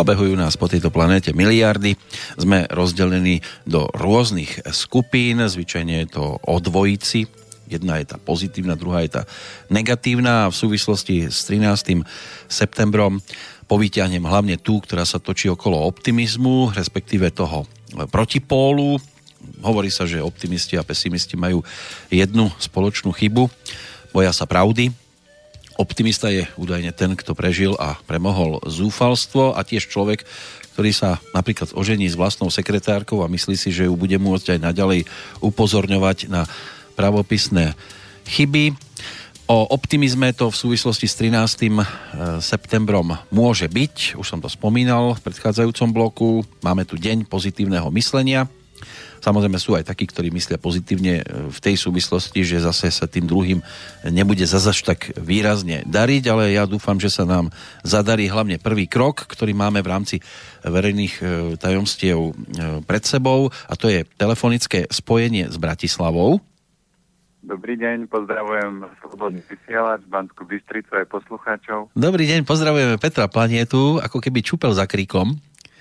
Obehujú nás po tejto planéte miliardy. Sme rozdelení do rôznych skupín, zvyčajne je to o dvojici. Jedna je tá pozitívna, druhá je tá negatívna. V súvislosti s 13. septembrom povyťahnem hlavne tú, ktorá sa točí okolo optimizmu, respektíve toho protipólu. Hovorí sa, že optimisti a pesimisti majú jednu spoločnú chybu. Boja sa pravdy. Optimista je údajne ten, kto prežil a premohol zúfalstvo a tiež človek, ktorý sa napríklad ožení s vlastnou sekretárkou a myslí si, že ju bude môcť aj naďalej upozorňovať na pravopisné chyby. O optimizme to v súvislosti s 13. septembrom môže byť, už som to spomínal v predchádzajúcom bloku, máme tu deň pozitívneho myslenia. Samozrejme sú aj takí, ktorí myslia pozitívne v tej súvislosti, že zase sa tým druhým nebude zase tak výrazne dariť, ale ja dúfam, že sa nám zadarí hlavne prvý krok, ktorý máme v rámci verejných tajomstiev pred sebou, a to je telefonické spojenie s Bratislavou. Dobrý deň, pozdravujem Slobodný vysielač, Banskú Bystricu aj poslucháčov. Dobrý deň, pozdravujeme Petra Planietu, ako keby čúpel za kríkom.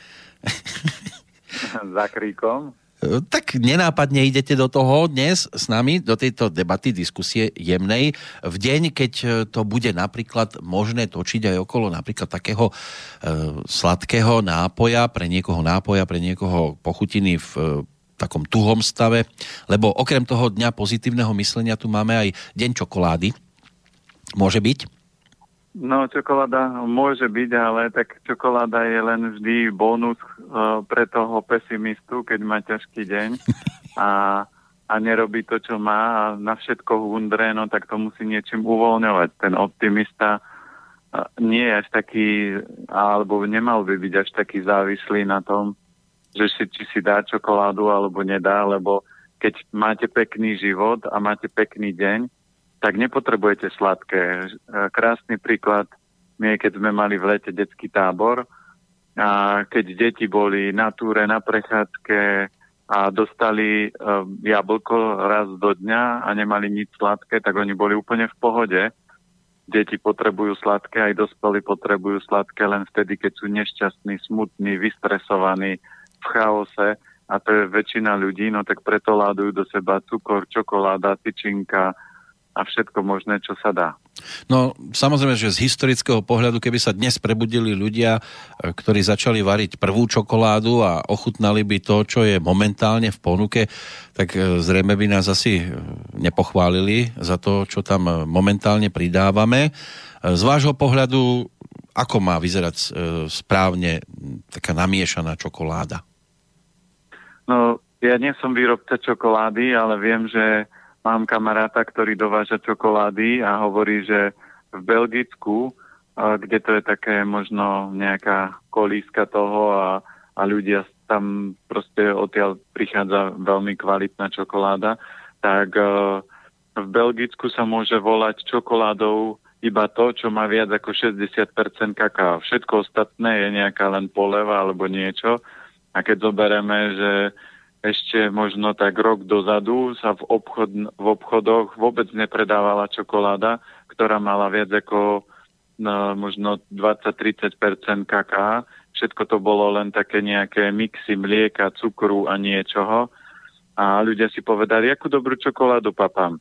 Za kríkom? Tak nenápadne idete do toho dnes s nami, do tejto debaty, diskusie jemnej, v deň, keď to bude napríklad možné točiť aj okolo napríklad takého sladkého nápoja, pre niekoho pochutiny v takom tuhom stave, lebo okrem toho dňa pozitívneho myslenia tu máme aj deň čokolády. Môže byť? No, čokoláda môže byť, ale tak čokoláda je len vždy bonus pre toho pesimistu, keď má ťažký deň a nerobí to, čo má a na všetko hundre, no tak to musí niečím uvoľňovať. Ten optimista nie je až taký, alebo nemal by byť až taký závislý na tom, že či si dá čokoládu alebo nedá, lebo keď máte pekný život a máte pekný deň, tak nepotrebujete sladké. Krásny príklad je, keď sme mali v lete detský tábor a keď deti boli na túre, na prechádzke a dostali jablko raz do dňa a nemali nič sladké, tak oni boli úplne v pohode. Deti potrebujú sladké, aj dospelí potrebujú sladké len vtedy, keď sú nešťastní, smutní, vystresovaní, v chaose, a to je väčšina ľudí, no tak preto ládujú do seba cukor, čokoláda, tyčinka a všetko možné, čo sa dá. No, samozrejme, že z historického pohľadu, keby sa dnes prebudili ľudia, ktorí začali variť prvú čokoládu a ochutnali by to, čo je momentálne v ponuke, tak zrejme by nás asi nepochválili za to, čo tam momentálne pridávame. Z vášho pohľadu, ako má vyzerať správne taká namiešaná čokoláda? No, ja nie som výrobca čokolády, ale viem, že mám kamaráta, ktorý dováža čokolády a hovorí, že v Belgicku, kde to je také možno nejaká kolíska toho a ľudia tam proste odtiaľ prichádza veľmi kvalitná čokoláda, tak v Belgicku sa môže volať čokoládou iba to, čo má viac ako 60% kaká. Všetko ostatné je nejaká len poleva alebo niečo. A keď zoberieme, že ešte možno tak rok dozadu sa v obchodoch vôbec nepredávala čokoláda, ktorá mala viac ako možno 20-30% kaká. Všetko to bolo len také nejaké mixy mlieka, cukru a niečoho. A ľudia si povedali, akú dobrú čokoládu papám.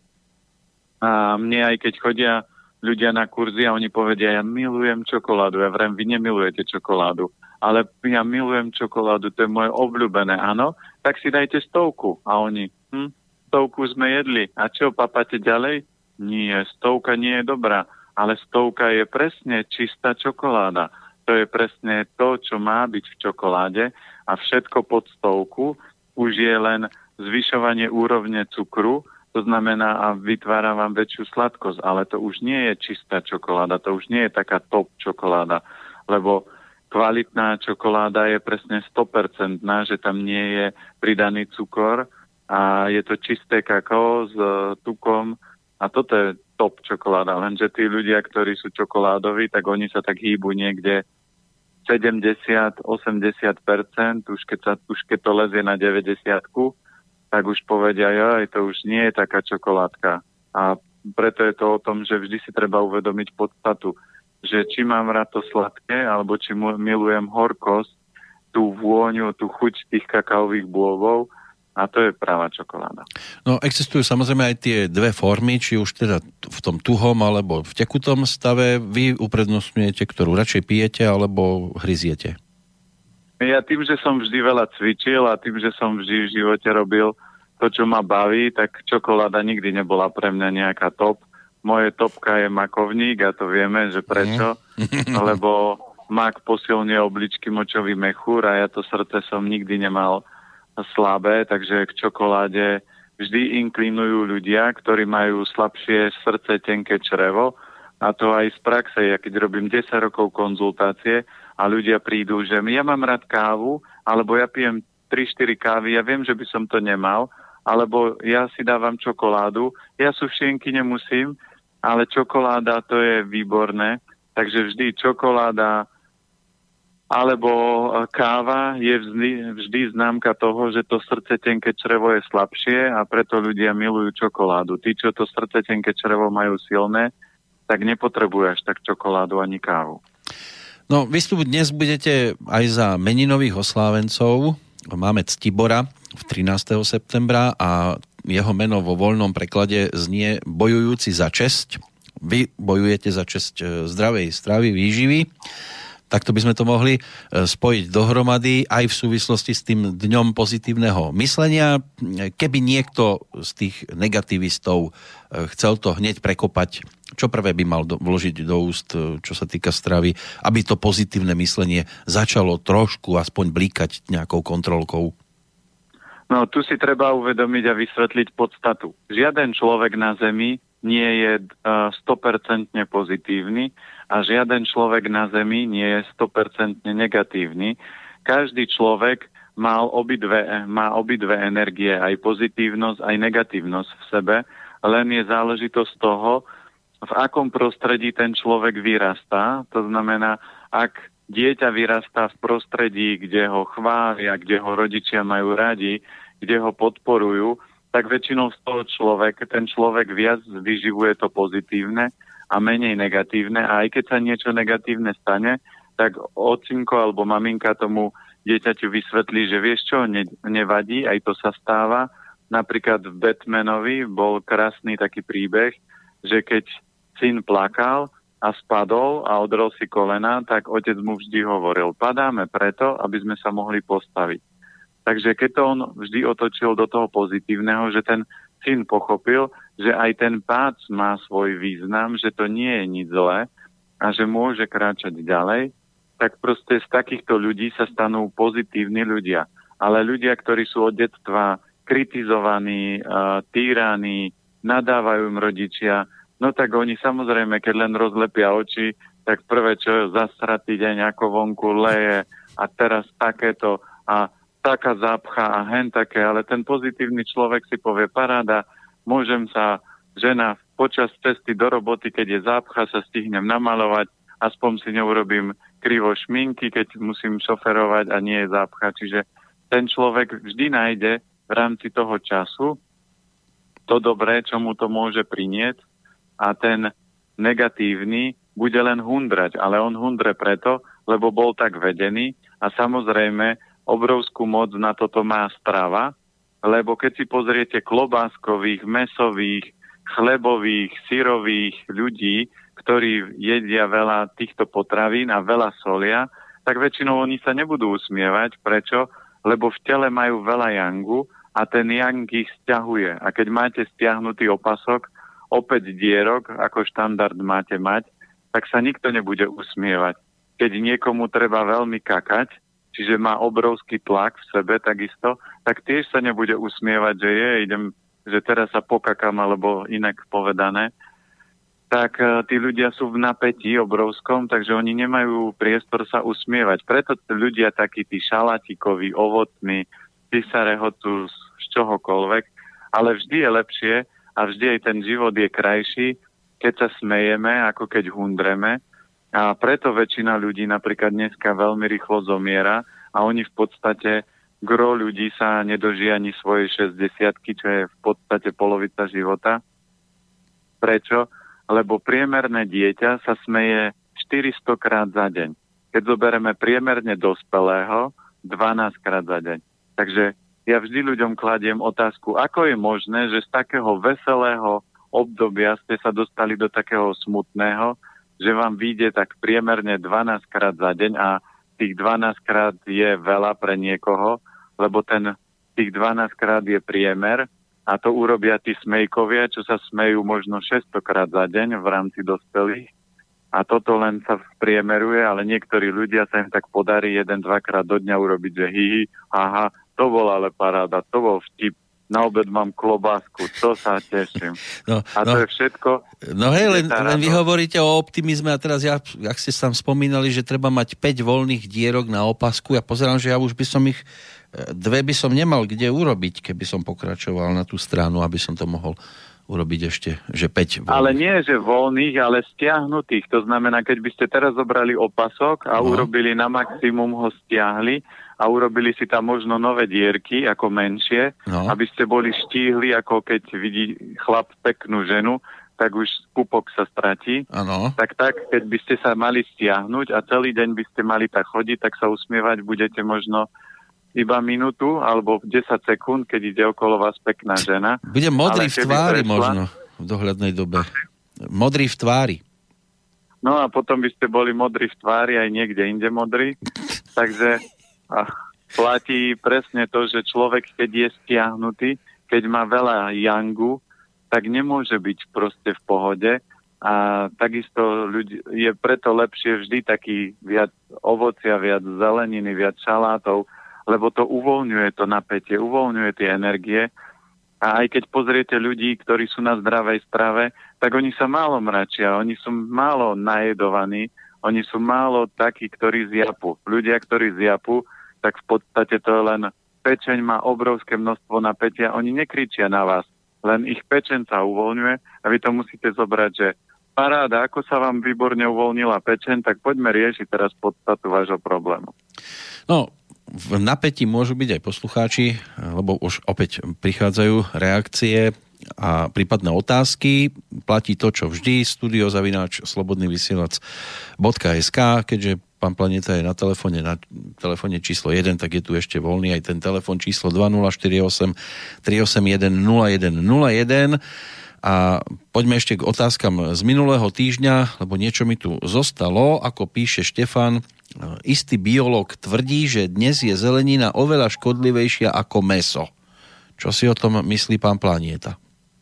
A mne aj keď chodia ľudia na kurzy a oni povedia, ja milujem čokoládu. Ja vrem, vy nemilujete čokoládu. Ale ja milujem čokoládu, to je moje obľúbené, áno, tak si dajte 100. A oni, 100 sme jedli. A čo, papáte ďalej? Nie, 100 nie je dobrá, ale 100 je presne čistá čokoláda. To je presne to, čo má byť v čokoláde a všetko pod 100 už je len zvyšovanie úrovne cukru, to znamená a vytvára vám väčšiu sladkosť, ale to už nie je čistá čokoláda, to už nie je taká top čokoláda, lebo kvalitná čokoláda je presne 100%, že tam nie je pridaný cukor a je to čisté kakao s tukom a toto je top čokoláda. Lenže tí ľudia, ktorí sú čokoládoví, tak oni sa tak hýbu niekde 70-80%, už keď to lezie na 90-ku, tak už povedia, joj, to už nie je taká čokoládka. A preto je to o tom, že vždy si treba uvedomiť podstatu. že či mám rád to sladké, alebo či milujem horkosť, tú vôňu, tú chuť tých kakaových bôbov, a to je pravá čokoláda. No, existujú samozrejme aj tie dve formy, či už teda v tom tuhom alebo v tekutom stave. Vy uprednostňujete, ktorú radšej pijete alebo hryziete? Ja tým, že som vždy veľa cvičil a tým, že som vždy v živote robil to, čo ma baví, tak čokoláda nikdy nebola pre mňa nejaká top. Moje topka je makovník a to vieme, že prečo. Lebo mak posilňuje obličky, močový mechúr a ja to srdce som nikdy nemal slabé, takže k čokoláde vždy inklinujú ľudia, ktorí majú slabšie srdce, tenké črevo, a to aj z praxe. Ja keď robím 10 rokov konzultácie a ľudia prídu, že ja mám rád kávu, alebo ja pijem 3-4 kávy, ja viem, že by som to nemal, alebo ja si dávam čokoládu, ja sušienky nemusím, ale čokoláda to je výborné, takže vždy čokoláda alebo káva je vždy známka toho, že to srdce tenké črevo je slabšie a preto ľudia milujú čokoládu. Tí, čo to srdce tenké črevo majú silné, tak nepotrebujú až tak čokoládu ani kávu. No, vy tu dnes budete aj za meninových oslávencov. Máme Ctibora v 13. septembra a jeho meno vo voľnom preklade znie bojujúci za česť. Vy bojujete za česť zdravej stravy, výživy. Takto by sme to mohli spojiť dohromady aj v súvislosti s tým dňom pozitívneho myslenia. Keby niekto z tých negativistov chcel to hneď prekopať, čo prvé by mal vložiť do úst, čo sa týka stravy, aby to pozitívne myslenie začalo trošku aspoň blíkať nejakou kontrolkou? No, tu si treba uvedomiť a vysvetliť podstatu. Žiaden človek na Zemi nie je 100% pozitívny a žiaden človek na Zemi nie je 100% negatívny. Každý človek má obidve energie, aj pozitívnosť, aj negatívnosť v sebe, len je záležitosť toho, v akom prostredí ten človek vyrastá. To znamená, ak dieťa vyrastá v prostredí, kde ho chvália, kde ho rodičia majú radi, kde ho podporujú, tak väčšinou z toho ten človek viac vyživuje to pozitívne a menej negatívne. A aj keď sa niečo negatívne stane, tak ocinko alebo maminka tomu dieťaťu vysvetlí, že vieš čo, nevadí, aj to sa stáva. Napríklad v Batmanovi bol krásny taký príbeh, že keď syn plakal a spadol a odrol si kolena, tak otec mu vždy hovoril, padáme preto, aby sme sa mohli postaviť. Takže keď to on vždy otočil do toho pozitívneho, že ten syn pochopil, že aj ten pád má svoj význam, že to nie je nič zlé a že môže kráčať ďalej, tak proste z takýchto ľudí sa stanú pozitívni ľudia. Ale ľudia, ktorí sú od detstva kritizovaní, týraní, nadávajú im rodičia, no tak oni samozrejme, keď len rozlepia oči, tak prvé čo, zasratý deň ako vonku leje a teraz takéto a taká zápcha a hen také, ale ten pozitívny človek si povie paráda, môžem sa, žena počas cesty do roboty, keď je zápcha, sa stihnem namalovať, aspoň si neurobím krivo šminky, keď musím šoferovať a nie je zápcha. Čiže ten človek vždy nájde v rámci toho času to dobré, čo mu to môže prinieť a ten negatívny bude len hundrať, ale on hundre preto, lebo bol tak vedený a samozrejme obrovskú moc na toto má strava, lebo keď si pozriete klobáskových, mäsových, chlebových, syrových ľudí, ktorí jedia veľa týchto potravín a veľa solia, tak väčšinou oni sa nebudú usmievať. Prečo? Lebo v tele majú veľa jangu a ten yang ich sťahuje. A keď máte stiahnutý opasok, opäť dierok, ako štandard máte mať, tak sa nikto nebude usmievať. Keď niekomu treba veľmi kakať, čiže má obrovský tlak v sebe takisto, tak tiež sa nebude usmievať, že že teraz sa pokakam, alebo inak povedané. Tak tí ľudia sú v napätí obrovskom, takže oni nemajú priestor sa usmievať. Preto ľudia takí tí šalatikoví, ovocní, tí sa rehotú z čohokoľvek, ale vždy je lepšie a vždy aj ten život je krajší, keď sa smejeme, ako keď hundreme. A preto väčšina ľudí napríklad dneska veľmi rýchlo zomiera a oni v podstate, gro ľudí sa nedožije ani svoje 60-ky, čo je v podstate polovica života. Prečo? Lebo priemerné dieťa sa smeje 400 krát za deň. Keď zoberieme priemerne dospelého, 12 krát za deň. Takže ja vždy ľuďom kladiem otázku, ako je možné, že z takého veselého obdobia ste sa dostali do takého smutného, že vám vyjde tak priemerne 12 krát za deň a tých 12 krát je veľa pre niekoho, lebo tých 12 krát je priemer a to urobia tí smejkovia, čo sa smejú možno 600 krát za deň v rámci dospelých. A toto len sa priemeruje, ale niektorí ľudia sa im tak podarí 1-2 krát do dňa urobiť, že hihi, aha, to bol ale paráda, to bol vtip. Na obed mám klobásku, to sa teším. To je všetko. No hej, len vy hovoríte o optimizme a teraz ak ste tam spomínali, že treba mať 5 voľných dierok na opasku, ja pozerám, že ja už by som ich 2 by som nemal kde urobiť, keby som pokračoval na tú stranu, aby som to mohol urobiť ešte, že 5 voľných. Ale nie, že voľných, ale stiahnutých. To znamená, keď by ste teraz zobrali opasok a urobili na maximum, ho stiahli a urobili si tam možno nové dierky, ako menšie, aby ste boli štíhli, ako keď vidí chlap peknú ženu, tak už pupok sa stratí. Ano. Tak, keď by ste sa mali stiahnuť a celý deň by ste mali tak chodiť, tak sa usmievať budete možno iba minútu alebo 10 sekúnd, keď ide okolo vás pekná žena. Budem modrý v tvári možno v dohľadnej dobe. Modrý v tvári. No a potom by ste boli modrí v tvári aj niekde inde modrý. Takže platí presne to, že človek, keď je stiahnutý, keď má veľa yangu, tak nemôže byť proste v pohode. A takisto je preto lepšie vždy taký viac ovocia, viac zeleniny, viac šalátov, lebo to uvoľňuje to napätie, uvoľňuje tie energie. A aj keď pozriete ľudí, ktorí sú na zdravej strave, tak oni sa málo mračia, oni sú málo najedovaní, oni sú málo takí, ktorí zjapú. Ľudia, ktorí zjapú, tak v podstate to len pečeň má obrovské množstvo napätia, oni nekričia na vás, len ich pečeň sa uvoľňuje a vy to musíte zobrať, že paráda, ako sa vám výborne uvoľnila pečeň, tak poďme riešiť teraz podstatu vášho problému. No, v napätí môžu byť aj poslucháči, lebo už opäť prichádzajú reakcie a prípadné otázky. Platí to, čo vždy, studio@slobodnyvysielac.sk, keďže pán Planeta je na telefóne číslo 1, tak je tu ešte voľný aj ten telefón číslo 2048 381 0101. A poďme ešte k otázkam z minulého týždňa, lebo niečo mi tu zostalo. Ako píše Štefan, istý biológ tvrdí, že dnes je zelenina oveľa škodlivejšia ako mäso. Čo si o tom myslí pán Planieta?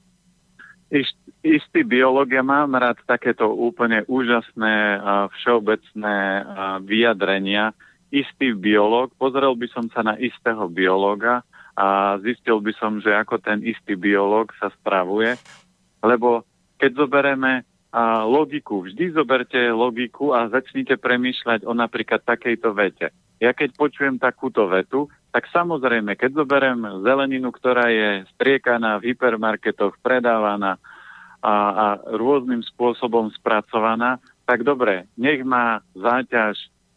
Istý biológ, ja mám rád takéto úplne úžasné všeobecné vyjadrenia. Istý biológ, pozrel by som sa na istého biológa a zistil by som, že ako ten istý biológ sa stravuje. Lebo keď zoberieme logiku, vždy zoberte logiku a začnite premýšľať o napríklad takejto vete. Ja keď počujem takúto vetu, tak samozrejme, keď zoberiem zeleninu, ktorá je striekaná v hypermarketoch, predávaná a rôznym spôsobom spracovaná, tak dobre, nech má záťaž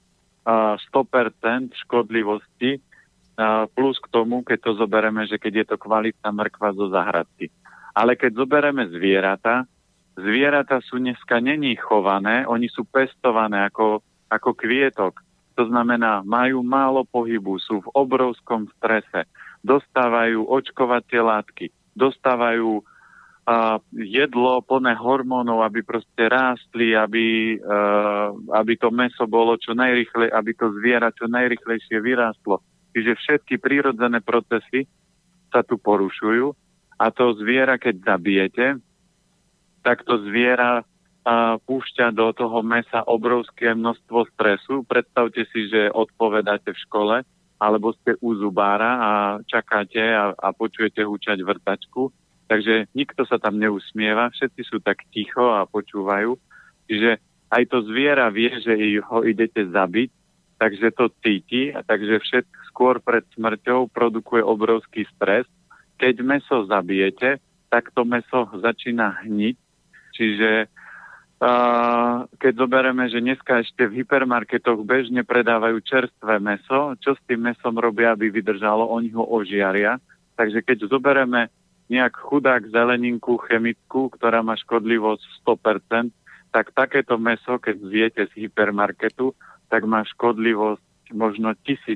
100% škodlivosti, plus k tomu, keď to zoberieme, že keď je to kvalitná mrkva zo záhradky. Ale keď zoberieme zvieratá sú dneska není chované, oni sú pestované ako kvietok. To znamená, majú málo pohybu, sú v obrovskom strese, dostávajú očkovacie látky, dostávajú jedlo plné hormónov, aby proste rástli, aby to mäso bolo čo najrýchlejšie, aby to zviera čo najrýchlejšie vyrástlo. Čiže všetky prírodzené procesy sa tu porušujú. A to zviera, keď zabijete, tak to zviera púšťa do toho mäsa obrovské množstvo stresu. Predstavte si, že odpovedáte v škole, alebo ste u zubára a čakáte a počujete hučať vrtačku. Takže nikto sa tam neusmieva, všetci sú tak ticho a počúvajú. Čiže aj to zviera vie, že ho idete zabiť, takže to cíti a takže skôr pred smrťou produkuje obrovský stres. Keď mäso zabijete, tak to mäso začína hniť. Čiže keď zoberieme, že dneska ešte v hypermarketoch bežne predávajú čerstvé mäso, čo s tým mäsom robia, aby vydržalo, oni ho ožiaria. Takže keď zoberieme nejak chudák zeleninku chemickú, ktorá má škodlivosť 100%, tak takéto mäso, keď zjete z hypermarketu, tak má škodlivosť možno 1000%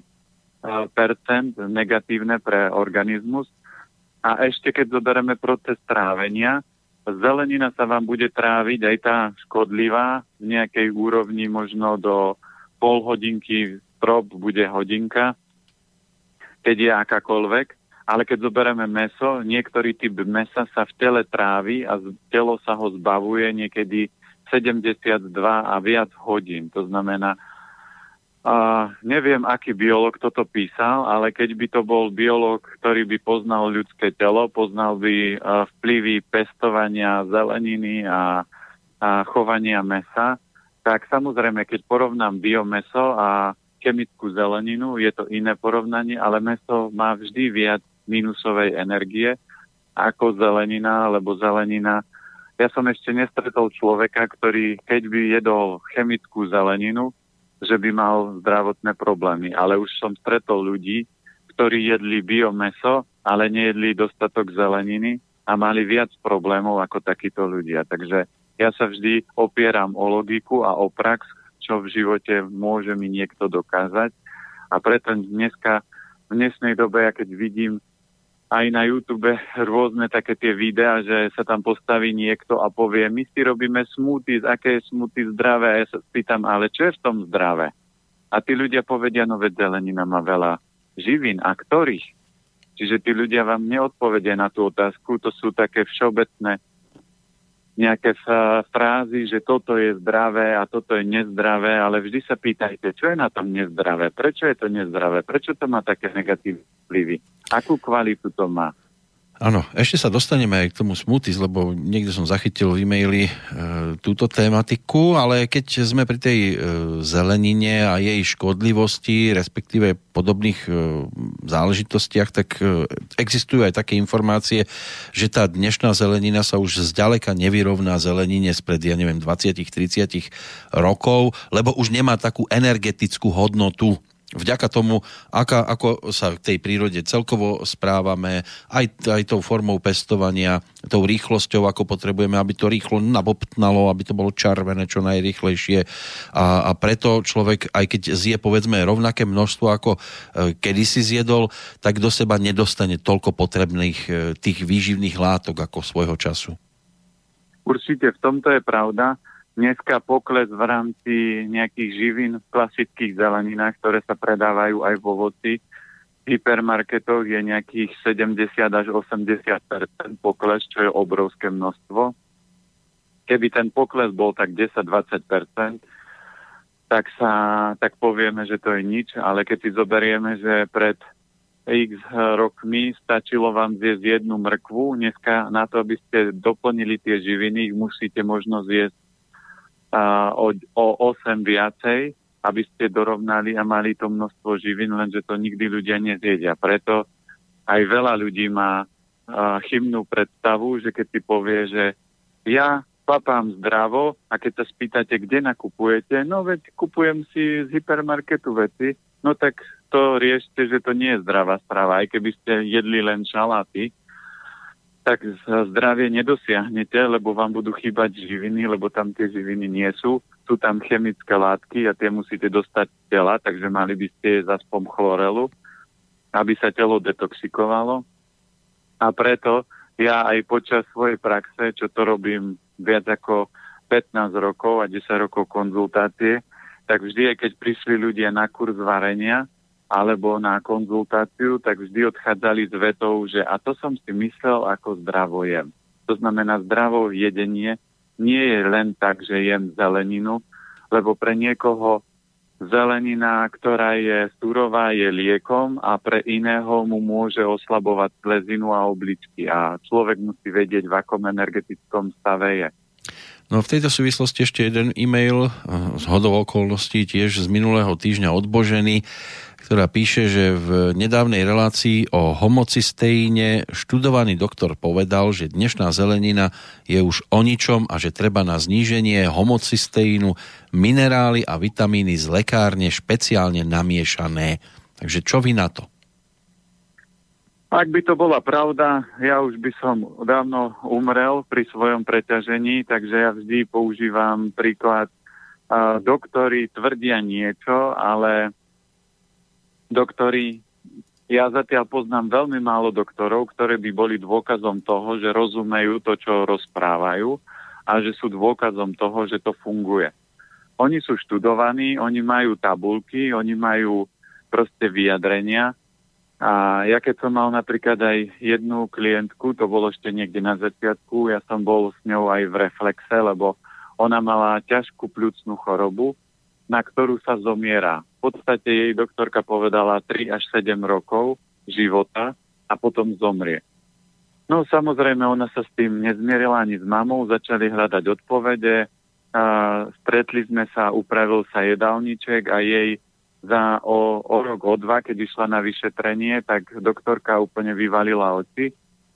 negatívne pre organizmus. A ešte keď zoberieme proces trávenia, zelenina sa vám bude tráviť aj tá škodlivá v nejakej úrovni možno do pol hodinky, strop bude hodinka, keď je akákoľvek. Ale keď zoberieme mäso, niektorý typ mäsa sa v tele trávi a telo sa ho zbavuje niekedy 72 a viac hodín. To znamená, neviem, aký biológ toto písal, ale keď by to bol biológ, ktorý by poznal ľudské telo, poznal by vplyvy pestovania zeleniny a chovania mäsa, tak samozrejme, keď porovnám biomäso a chemickú zeleninu, je to iné porovnanie, ale mäso má vždy viac minusovej energie ako zelenina, lebo zelenina... Ja som ešte nestretol človeka, ktorý, keď by jedol chemickú zeleninu, že by mal zdravotné problémy. Ale už som stretol ľudí, ktorí jedli biomäso, ale nejedli dostatok zeleniny a mali viac problémov ako takíto ľudia. Takže ja sa vždy opieram o logiku a o prax, čo v živote môže mi niekto dokázať. A preto dneska, v dnešnej dobe, ja keď vidím aj na YouTube rôzne také tie videá, že sa tam postaví niekto a povie, my si robíme smoothies, aké je smoothie zdravé? A ja sa spýtam, ale čo je v tom zdravé? A tí ľudia povedia, no veď zelenina má veľa živín. A ktorých? Čiže tí ľudia vám neodpovedia na tú otázku. To sú také všeobecné nejaké frázy, že toto je zdravé a toto je nezdravé, ale vždy sa pýtajte, čo je na tom nezdravé? Prečo je to nezdravé? Prečo to má také negatívne vplyvy? Akú kvalitu to má? Áno, ešte sa dostaneme aj k tomu smoothies, lebo niekde som zachytil v e-maili túto tematiku, ale keď sme pri tej zelenine a jej škodlivosti, respektíve podobných záležitostiach, tak existujú aj také informácie, že tá dnešná zelenina sa už zďaleka nevyrovná zelenine spred, 20-30 rokov, lebo už nemá takú energetickú hodnotu. Vďaka tomu, ako sa k tej prírode celkovo správame, aj tou formou pestovania, tou rýchlosťou, ako potrebujeme, aby to rýchlo nabobtnalo, aby to bolo červené čo najrýchlejšie. A preto človek, aj keď zje povedzme rovnaké množstvo, ako kedysi zjedol, tak do seba nedostane toľko potrebných tých výživných látok ako svojho času. Určite v tomto je pravda. Dneska pokles v rámci nejakých živín v klasických zeleninách, ktoré sa predávajú aj v ovoci, v hypermarketoch je nejakých 70 až 80% pokles, čo je obrovské množstvo. Keby ten pokles bol tak 10-20%, tak povieme, že to je nič, ale keď si zoberieme, že pred x rokmi stačilo vám zjesť jednu mrkvu, dneska na to, aby ste doplnili tie živiny, musíte možno zjesť o 8 viacej, aby ste dorovnali a mali to množstvo živín, lenže to nikdy ľudia nezjedia. Preto aj veľa ľudí má chybnú predstavu, že keď si povie, že ja papám zdravo a keď sa spýtate, kde nakupujete, no veď kupujem si z hypermarketu veci, no tak to riešte, že to nie je zdravá strava. Aj keby ste jedli len šaláty, tak zdravie nedosiahnete, lebo vám budú chýbať živiny, lebo tam tie živiny nie sú. Sú tam chemické látky a tie musíte dostať z tela, takže mali by ste jesť aspoň chlorelu, aby sa telo detoxikovalo. A preto ja aj počas svojej praxe, čo to robím viac ako 15 rokov a 10 rokov konzultácie, tak vždy, aj keď prišli ľudia na kurz varenia, alebo na konzultáciu, tak vždy odchádzali s vetou, že a to som si myslel, ako zdravo jem. To znamená, zdravo jedenie nie je len tak, že jem zeleninu, lebo pre niekoho zelenina, ktorá je surová, je liekom a pre iného mu môže oslabovať slezinu a obličky. A človek musí vedieť, v akom energetickom stave je. No v tejto súvislosti ešte jeden e-mail z hodou okolností tiež z minulého týždňa od Boženy, ktorá píše, že v nedávnej relácii o homocysteíne študovaný doktor povedal, že dnešná zelenina je už o ničom a že treba na zníženie homocysteínu minerály a vitamíny z lekárne špeciálne namiešané. Takže čo vy na to? Ak by to bola pravda, ja už by som dávno umrel pri svojom preťažení, takže ja vždy používam príklad. Doktori tvrdia niečo, ale ja zatiaľ poznám veľmi málo doktorov, ktorí by boli dôkazom toho, že rozumejú to, čo rozprávajú a že sú dôkazom toho, že to funguje. Oni sú študovaní, oni majú tabuľky, oni majú proste vyjadrenia. A ja keď som mal napríklad aj jednu klientku, to bolo ešte niekde na začiatku, ja som bol s ňou aj v Reflexe, lebo ona mala ťažkú pľucnú chorobu, na ktorú sa zomiera. V podstate jej doktorka povedala 3 až 7 rokov života a potom zomrie. No samozrejme, ona sa s tým nezmierila ani s mamou, začali hľadať odpovede, stretli sme sa, upravil sa jedálniček a jej o rok, o 2, keď išla na vyšetrenie, tak doktorka úplne vyvalila oči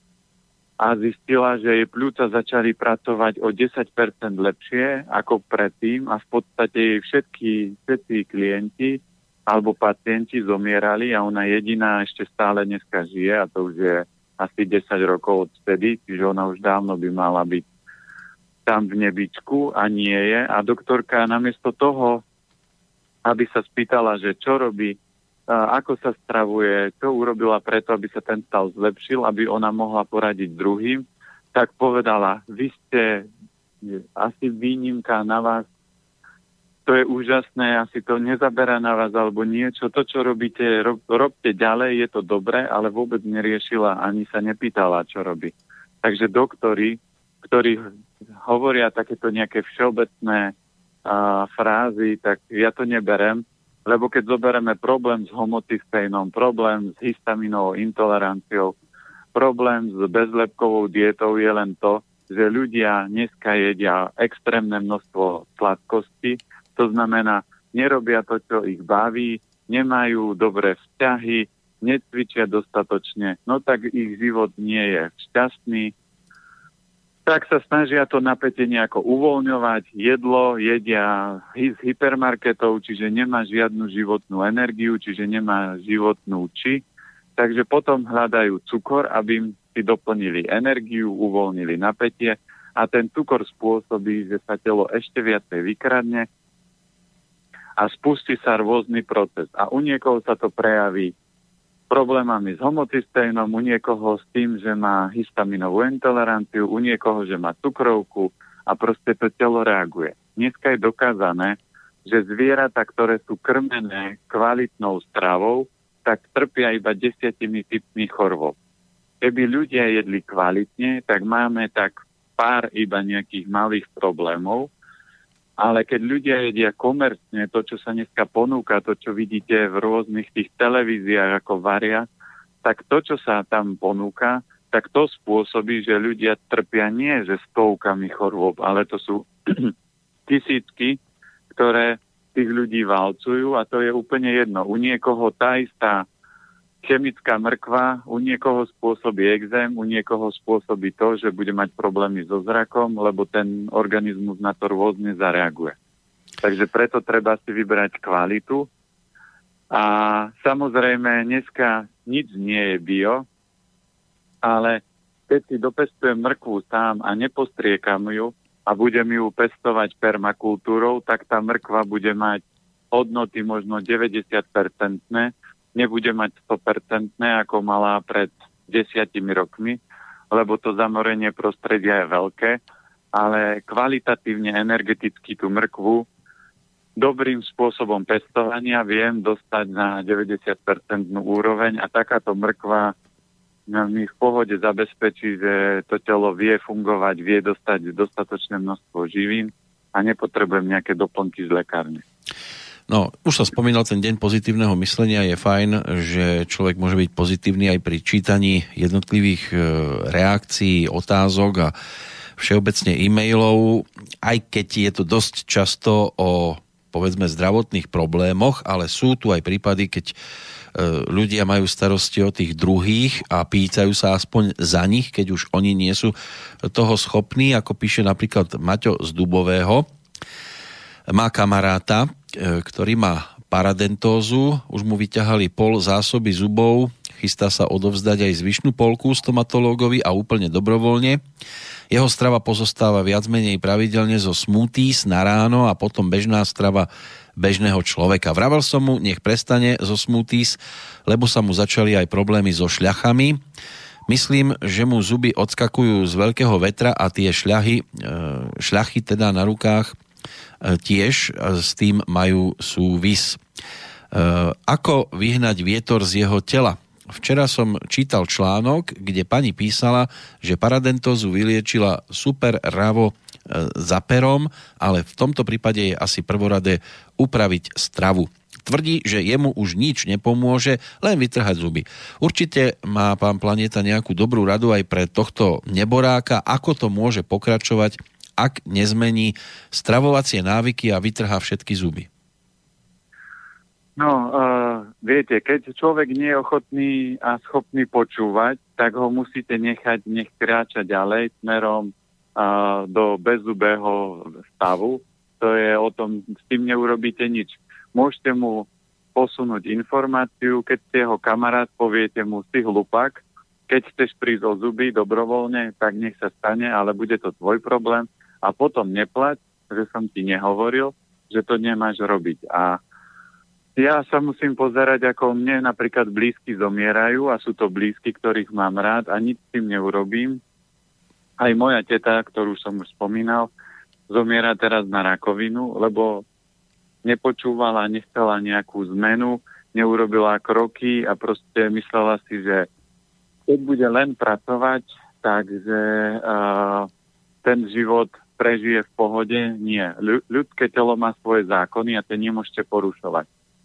a zistila, že jej pľúca začali pracovať o 10% lepšie ako predtým a v podstate jej všetci klienti alebo pacienti zomierali a ona jediná ešte stále dneska žije a to už je asi 10 rokov odtedy, čiže ona už dávno by mala byť tam v nebičku a nie je. A doktorka namiesto toho, aby sa spýtala, že čo robí, ako sa stravuje, čo urobila preto, aby sa ten stav zlepšil, aby ona mohla poradiť druhým, tak povedala, vy ste asi výnimka na vás, to je úžasné, asi to nezaberá na vás alebo niečo, to, čo robíte, robte ďalej, je to dobré, ale vôbec neriešila, ani sa nepýtala, čo robí. Takže doktori, ktorí hovoria takéto nejaké všeobecné frázy, tak ja to neberem, lebo keď zoberieme problém s homocysténom, problém s histaminovou intoleranciou, problém s bezlepkovou dietou je len to, že ľudia dneska jedia extrémne množstvo sladkosti, to znamená, nerobia to, čo ich baví, nemajú dobré vzťahy, necvičia dostatočne, no tak ich život nie je šťastný, tak sa snažia to napätie nejako uvoľňovať. Jedlo jedia z hypermarketov, čiže nemá žiadnu životnú energiu, čiže nemá životnú či. Takže potom hľadajú cukor, aby im si doplnili energiu, uvoľnili napätie a ten cukor spôsobí, že sa telo ešte viacej vykradne a spustí sa rôzny proces. A u niekoho sa to prejaví problémami s homocysténom, u niekoho s tým, že má histaminovú intoleranciu, u niekoho, že má cukrovku a proste to telo reaguje. Dneska je dokázané, že zvieratá, ktoré sú krmené kvalitnou stravou, tak trpia iba 10 typmi chorôb. Keby ľudia jedli kvalitne, tak máme tak pár iba nejakých malých problémov, ale keď ľudia jedia komerčne, to, čo sa dneska ponúka, to, čo vidíte v rôznych tých televíziách, ako varia, tak to, čo sa tam ponúka, tak to spôsobí, že ľudia trpia nie že stovkami chorôb, ale to sú tisícky, ktoré tých ľudí valcujú a to je úplne jedno. U niekoho tá istá chemická mrkva, u niekoho spôsobí exém, u niekoho spôsobí to, že bude mať problémy so zrakom, lebo ten organizmus na to rôzne zareaguje. Takže preto treba si vybrať kvalitu. A samozrejme, dneska nič nie je bio, ale keď si dopestujem mrkvu sám a nepostriekam ju a budem ju pestovať permakultúrou, tak tá mrkva bude mať hodnoty možno 90%, nebude mať 100%, ako mala pred 10 rokmi, lebo to zamorenie prostredia je veľké, ale kvalitatívne energeticky tú mrkvu dobrým spôsobom pestovania viem dostať na 90% úroveň a takáto mrkva mi v pohode zabezpečí, že to telo vie fungovať, vie dostať dostatočné množstvo živín a nepotrebujem nejaké doplnky z lekárne. No, už sa spomínal ten deň pozitívneho myslenia, je fajn, že človek môže byť pozitívny aj pri čítaní jednotlivých reakcií, otázok a všeobecne e-mailov, aj keď je to dosť často o, povedzme, zdravotných problémoch, ale sú tu aj prípady, keď ľudia majú starosti o tých druhých a pýtajú sa aspoň za nich, keď už oni nie sú toho schopní, ako píše napríklad Maťo z Dubového. Má kamaráta, ktorý má paradentózu, už mu vyťahali pol zásoby zubov, chystá sa odovzdať aj zvyšnú polku stomatológovi a úplne dobrovoľne. Jeho strava pozostáva viac menej pravidelne zo smoothies na ráno a potom bežná strava bežného človeka. Vravel som mu, nech prestane zo smoothies, lebo sa mu začali aj problémy so šľachami. Myslím, že mu zuby odskakujú z veľkého vetra a tie šľachy teda na rukách tiež s tým majú súvis. Ako vyhnať vietor z jeho tela? Včera som čítal článok, kde pani písala, že paradentózu vyliečila super ravo za perom, ale v tomto prípade je asi prvoradé upraviť stravu. Tvrdí, že jemu už nič nepomôže, len vytrhať zuby. Určite má pán Planéta nejakú dobrú radu aj pre tohto neboráka, ako to môže pokračovať, ak nezmení stravovacie návyky a vytrhá všetky zuby. No, viete, keď človek nie je ochotný a schopný počúvať, tak ho musíte nechať, nech kráča ďalej smerom do bezzubého stavu. To je o tom, s tým neurobíte nič. Môžete mu posunúť informáciu, keď ste jeho kamarát, poviete mu, si hlupák, keď chceš prísť o zuby dobrovoľne, tak nech sa stane, ale bude to tvoj problém a potom neplať, že som ti nehovoril, že to nemáš robiť. A ja sa musím pozerať, ako mne napríklad blízky zomierajú a sú to blízky, ktorých mám rád a nič s tým neurobím. Aj moja teta, ktorú som už spomínal, zomiera teraz na rakovinu, lebo nepočúvala, nechcela nejakú zmenu, neurobila kroky a proste myslela si, že keď bude len pracovať, takže ten život prežije v pohode. Nie. Ľudské telo má svoje zákony a tie nemôžete porušovať.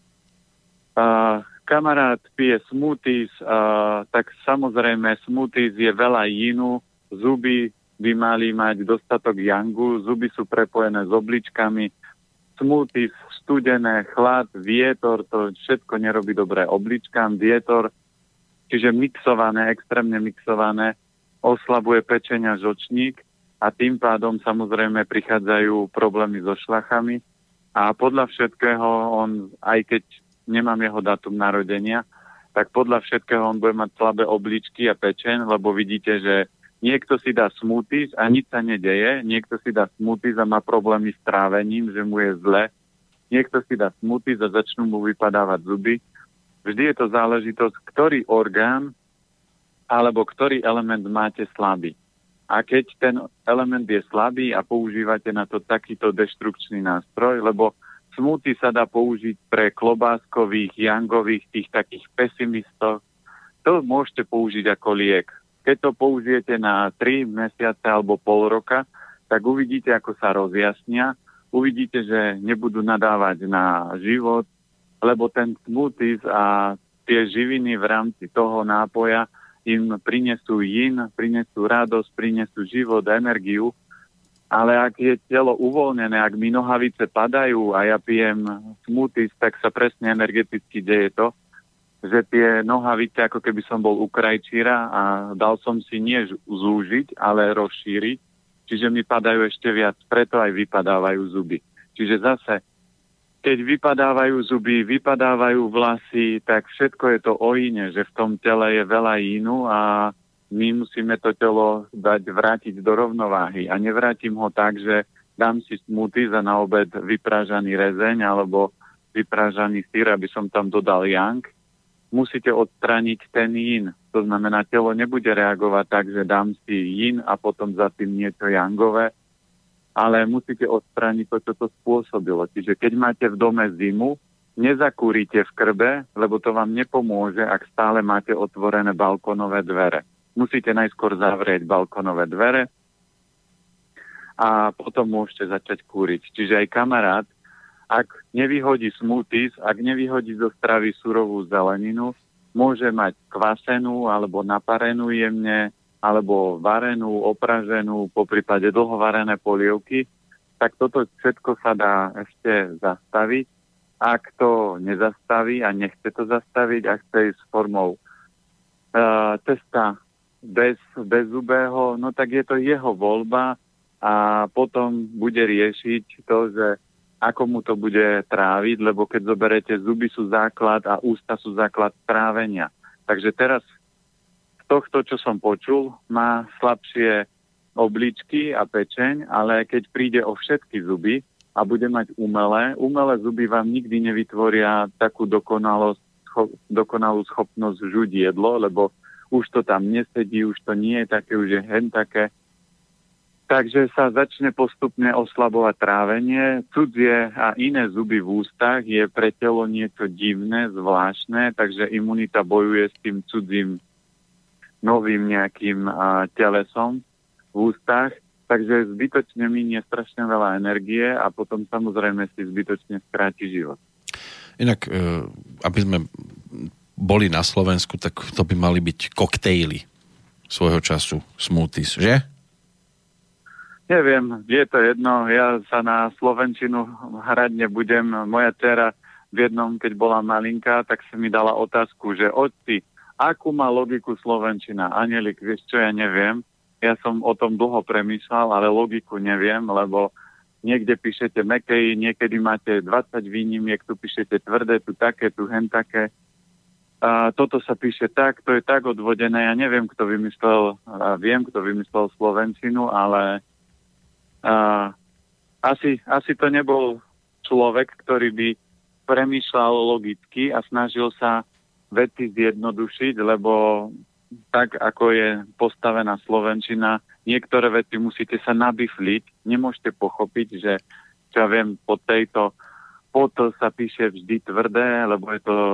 Kamarát pije smoothies, tak samozrejme smoothies je veľa jínu, zuby by mali mať dostatok yangu, zuby sú prepojené s obličkami, smoothies, studené, chlad, vietor, to všetko nerobí dobré obličkám, vietor, čiže mixované, extrémne mixované, oslabuje pečeň a žlčník a tým pádom samozrejme prichádzajú problémy so šľachami a podľa všetkého on, aj keď nemám jeho dátum narodenia, tak podľa všetkého on bude mať slabé obličky a pečeň, lebo vidíte, že niekto si dá smoothies a nič sa nedeje, niekto si dá smoothies a má problémy s trávením, že mu je zle, niekto si dá smoothies a začnú mu vypadávať zuby. Vždy je to záležitosť, ktorý orgán alebo ktorý element máte slabý. A keď ten element je slabý a používate na to takýto deštrukčný nástroj, lebo smoothie sa dá použiť pre klobáskových, yangových, tých takých pesimistov, to môžete použiť ako liek. Keď to použijete na 3 mesiace alebo pol roka, tak uvidíte, ako sa rozjasnia. Uvidíte, že nebudú nadávať na život, lebo ten smoothies a tie živiny v rámci toho nápoja im prinesú yin, prinesú radosť, prinesú život, energiu. Ale ak je telo uvoľnené, ak mi nohavice padajú a ja pijem smoothies, tak sa presne energeticky deje to, že tie nohavice, ako keby som bol u krajčíra a dal som si nie zúžiť, ale rozšíriť. Čiže mi padajú ešte viac, preto aj vypadávajú zuby. Čiže zase, keď vypadávajú zuby, vypadávajú vlasy, tak všetko je to o ine, že v tom tele je veľa inu a my musíme to telo vrátiť do rovnováhy. A nevrátim ho tak, že dám si smoothies a na obed vyprážaný rezeň alebo vyprážaný syr, aby som tam dodal yang. Musíte odstrániť ten yin. To znamená, telo nebude reagovať tak, že dám si yin a potom za tým niečo yangové, ale musíte odstrániť to, čo to spôsobilo. Čiže keď máte v dome zimu, nezakúrite v krbe, lebo to vám nepomôže, ak stále máte otvorené balkónové dvere. Musíte najskôr zavrieť balkónové dvere a potom môžete začať kúriť. Čiže aj kamarát, ak nevyhodí smoothies, ak nevyhodí zo stravy surovú zeleninu, môže mať kvasenú alebo naparenú jemne, alebo varenú, opraženú, poprípade dlhovarené polievky, tak toto všetko sa dá ešte zastaviť. Ak to nezastaví a nechce to zastaviť a chce ísť s formou cesta bez zubého, no tak je to jeho voľba a potom bude riešiť to, že ako mu to bude tráviť, lebo keď zoberete, zuby sú základ a ústa sú základ trávenia. Takže teraz z tohto, čo som počul, má slabšie obličky a pečeň, ale keď príde o všetky zuby a bude mať umelé zuby vám nikdy nevytvoria takú dokonalú schopnosť žuť jedlo, lebo už to tam nesedí, už to nie je také, už je hen také. Takže sa začne postupne oslabovať trávenie. Cudzie a iné zuby v ústach je pre telo niečo divné, zvláštne, takže imunita bojuje s tým cudzím novým nejakým telesom v ústach. Takže zbytočne minie strašne veľa energie a potom samozrejme si zbytočne skráti život. Inak, aby sme boli na Slovensku, tak to by mali byť koktejly svojho času, smoothies, že? Neviem, je to jedno, ja sa na slovenčinu hrať nebudem. Moja dcera v jednom, keď bola malinká, tak si mi dala otázku, že otci, akú má logiku slovenčina? Anielik, vieš čo, ja neviem. Ja som o tom dlho premýšľal, ale logiku neviem, lebo niekde píšete mekej, niekedy máte 20 výnimiek, tu píšete tvrdé, tu také, tu hen také. Toto sa píše tak, to je tak odvodené. Ja neviem, kto vymyslel, viem, kto vymyslel slovenčinu, ale asi to nebol človek, ktorý by premýšľal logicky a snažil sa veci zjednodušiť, lebo tak, ako je postavená slovenčina, niektoré veci musíte sa nabifliť, nemôžete pochopiť, že čo ja viem, po to sa píše vždy tvrdé, lebo je to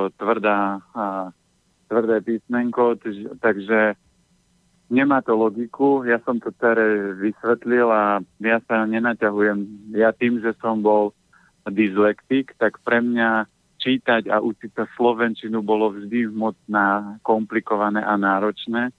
tvrdé písmenko, takže nemá to logiku. Ja som to dcere vysvetlil a ja sa nenaťahujem. Ja tým, že som bol dyslektik, tak pre mňa čítať a učiť sa slovenčinu bolo vždy moc komplikované a náročné.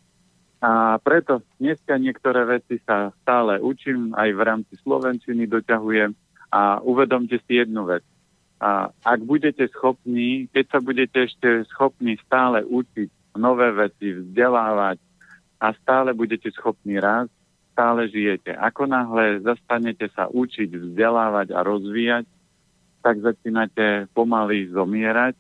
A preto dneska niektoré veci sa stále učím, aj v rámci slovenčiny doťahujem a uvedomte si jednu vec. A ak budete schopní, keď sa budete ešte schopní stále učiť nové veci, vzdelávať a stále budete schopní rásť, stále žijete. Ako náhle zastanete sa učiť, vzdelávať a rozvíjať, tak začínate pomaly zomierať.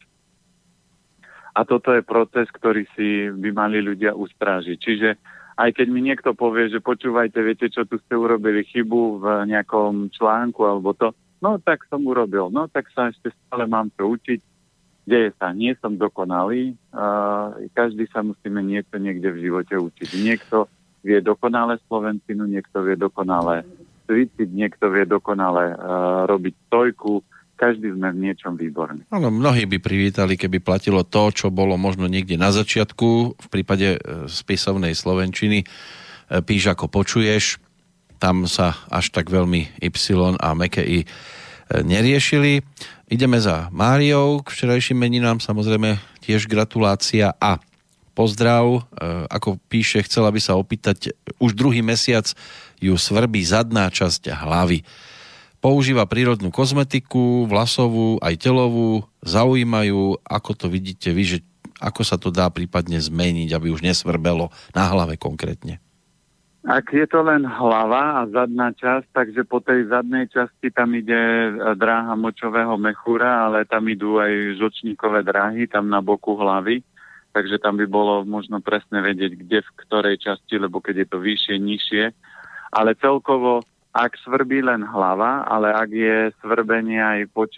A toto je proces, ktorý si by mali ľudia ustrážiť. Čiže aj keď mi niekto povie, že počúvajte, viete, čo tu ste urobili chybu v nejakom článku alebo to, no tak som urobil, no tak sa ešte stále mám čo učiť. Deje sa, nie som dokonalý, každý sa musíme niečo niekde v živote učiť. Niekto vie dokonale slovenčinu, niekto vie dokonale cvičiť, niekto vie dokonale robiť stojku, každý sme v niečom výborní. Áno, mnohí by privítali, keby platilo to, čo bolo možno niekde na začiatku, v prípade spisovnej slovenčiny, píš ako počuješ, tam sa až tak veľmi Y a mäkké I neriešili. Ideme za Máriou k včerajším meninám, samozrejme tiež gratulácia a pozdrav. Ako píše, chcela by sa opýtať, už druhý mesiac ju svrbí zadná časť hlavy. Používa prírodnú kozmetiku, vlasovú, aj telovú, zaujímajú, ako to vidíte vy, že ako sa to dá prípadne zmeniť, aby už nesvrbelo na hlave konkrétne. Ak je to len hlava a zadná časť, takže po tej zadnej časti tam ide dráha močového mechúra, ale tam idú aj žlčníkové dráhy, tam na boku hlavy, takže tam by bolo možno presne vedieť, kde, v ktorej časti, lebo keď je to vyššie, nižšie. Ale celkovo, ak svrbí len hlava, ale ak je svrbenie aj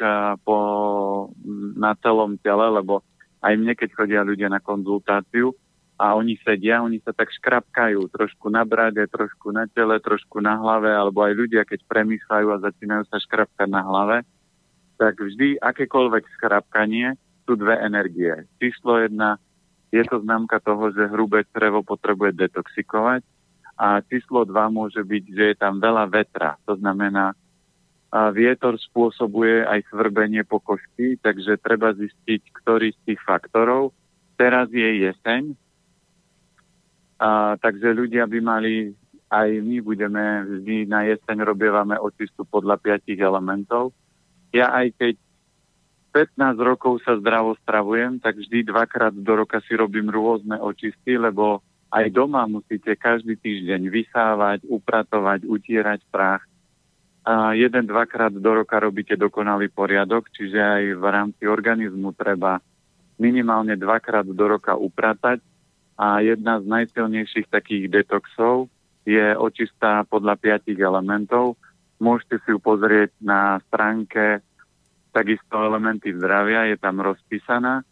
na celom tele, lebo aj mne, keď chodia ľudia na konzultáciu, a oni sedia, oni sa tak škrapkajú, trošku na brade, trošku na tele, trošku na hlave, alebo aj ľudia, keď premýšľajú a začínajú sa škrapkať na hlave, tak vždy akékoľvek škrapkanie sú dve energie. Číslo 1 je to známka toho, že hrubé črevo potrebuje detoxikovať a číslo 2 môže byť, že je tam veľa vetra. To znamená, vietor spôsobuje aj svrbenie pokožky, takže treba zistiť, ktorý z tých faktorov. Teraz je jeseň, takže ľudia by mali, aj my budeme vždy na jeseň robievame očistu podľa 5 elementov. Ja aj keď 15 rokov sa zdravo stravujem, tak vždy 2-krát do roka si robím rôzne očisty, lebo aj doma musíte každý týždeň vysávať, upratovať, utierať prach. 1-2 krát do roka robíte dokonalý poriadok, čiže aj v rámci organizmu treba minimálne 2-krát do roka upratať a jedna z najsilnejších takých detoxov je očistá podľa 5 elementov. Môžete si ju pozrieť na stránke takisto elementy zdravia, je tam rozpísaná.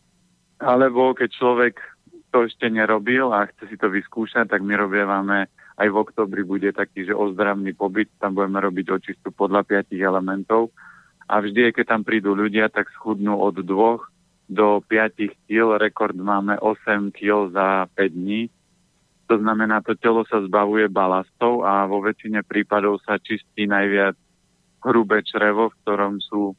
Alebo keď človek to ešte nerobil a chce si to vyskúšať, tak my robievame aj v októbri bude taký, že ozdravný pobyt, tam budeme robiť očistu podľa 5 elementov. A vždy, keď tam prídu ľudia, tak schudnú od 2 do 5 kg. Rekord máme 8 kg za 5 dní. To znamená, to telo sa zbavuje balastov a vo väčšine prípadov sa čistí najviac hrubé črevo, v ktorom sú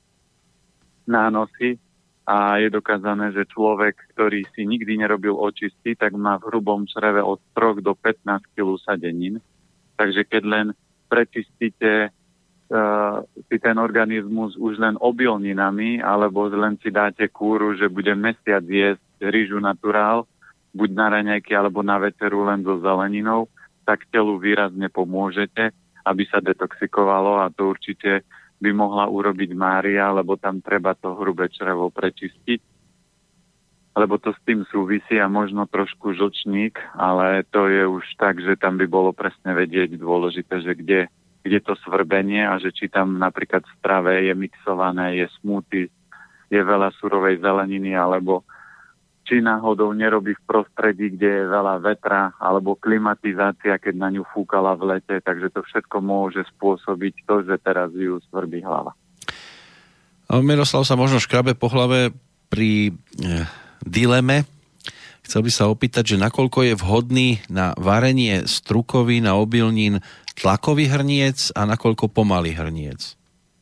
nánosy. A je dokázané, že človek, ktorý si nikdy nerobil očisty, tak má v hrubom čreve od 3 do 15 kg sadenín. Takže keď len prečistíte si ten organizmus už len obilninami, alebo len si dáte kúru, že bude mesiac jesť rýžu naturál, buď na raňajky, alebo na večeru len so zeleninou, tak telu výrazne pomôžete, aby sa detoxikovalo a to určite by mohla urobiť Mária, lebo tam treba to hrubé črevo prečistiť, lebo to s tým súvisí a možno trošku žlčník, ale to je už tak, že tam by bolo presne vedieť dôležité, že kde to svrbenie a že či tam napríklad v strave je mixované, je smoothie, je veľa surovej zeleniny, alebo či náhodou nerobí v prostredí, kde je veľa vetra, alebo klimatizácia, keď na ňu fúkala v lete, takže to všetko môže spôsobiť to, že teraz ju svrbí hlava. Miroslav sa možno škrabe po hlave pri dileme. Chcel by sa opýtať, že nakoľko je vhodný na varenie strukovín a obilnín tlakový hrniec a nakoľko pomalý hrniec?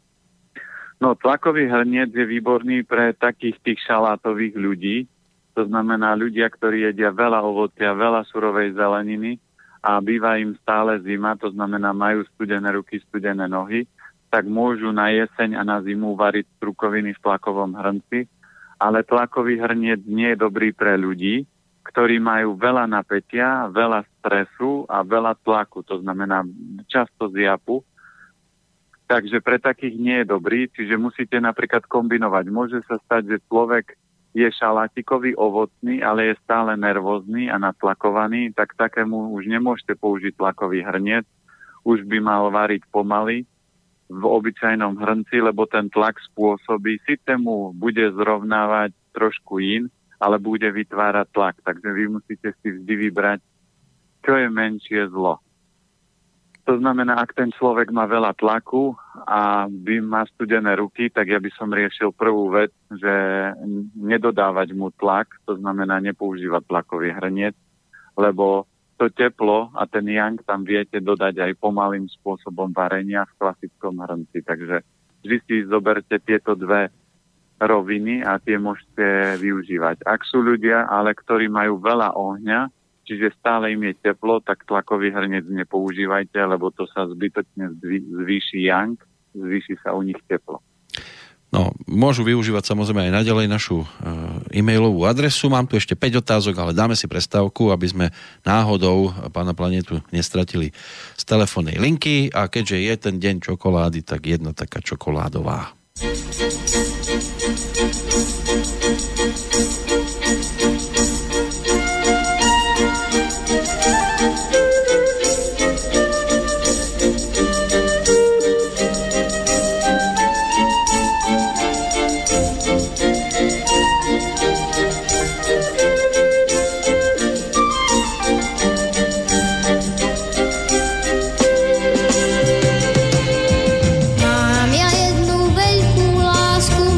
No, tlakový hrniec je výborný pre takých tých šalátových ľudí. To znamená ľudia, ktorí jedia veľa ovocia, veľa surovej zeleniny a býva im stále zima, to znamená majú studené ruky, studené nohy, tak môžu na jeseň a na zimu variť strukoviny v tlakovom hrnci. Ale tlakový hrniec nie je dobrý pre ľudí, ktorí majú veľa napätia, veľa stresu a veľa tlaku, to znamená často zjapu. Takže pre takých nie je dobrý, čiže musíte napríklad kombinovať. Môže sa stať, že človek je šalátikový, ovocný, ale je stále nervózny a natlakovaný, tak takému už nemôžete použiť tlakový hrniec. Už by mal variť pomaly v obyčajnom hrnci, lebo ten tlak spôsobí, síce mu bude zrovnávať trošku in, ale bude vytvárať tlak. Takže vy musíte si vždy vybrať, čo je menšie zlo. To znamená, ak ten človek má veľa tlaku a má studené ruky, tak ja by som riešil prvú vec, že nedodávať mu tlak, to znamená nepoužívať tlakový hrniec, lebo to teplo a ten yang tam viete dodať aj pomalým spôsobom varenia v klasickom hrnci. Takže vždy si zoberte tieto dve roviny a tie môžete využívať. Ak sú ľudia, ale ktorí majú veľa ohňa, čiže stále im je teplo, tak tlakový hrniec nepoužívajte, lebo to sa zbytočne zvýši yang, zvýši sa u nich teplo. No, môžu využívať samozrejme aj naďalej našu e-mailovú adresu. Mám tu ešte 5 otázok, ale dáme si prestávku, aby sme náhodou pána Planetu nestratili z telefónnej linky a keďže je ten deň čokolády, tak jedna taká čokoládová. Mám ja jednu veľkú lásku,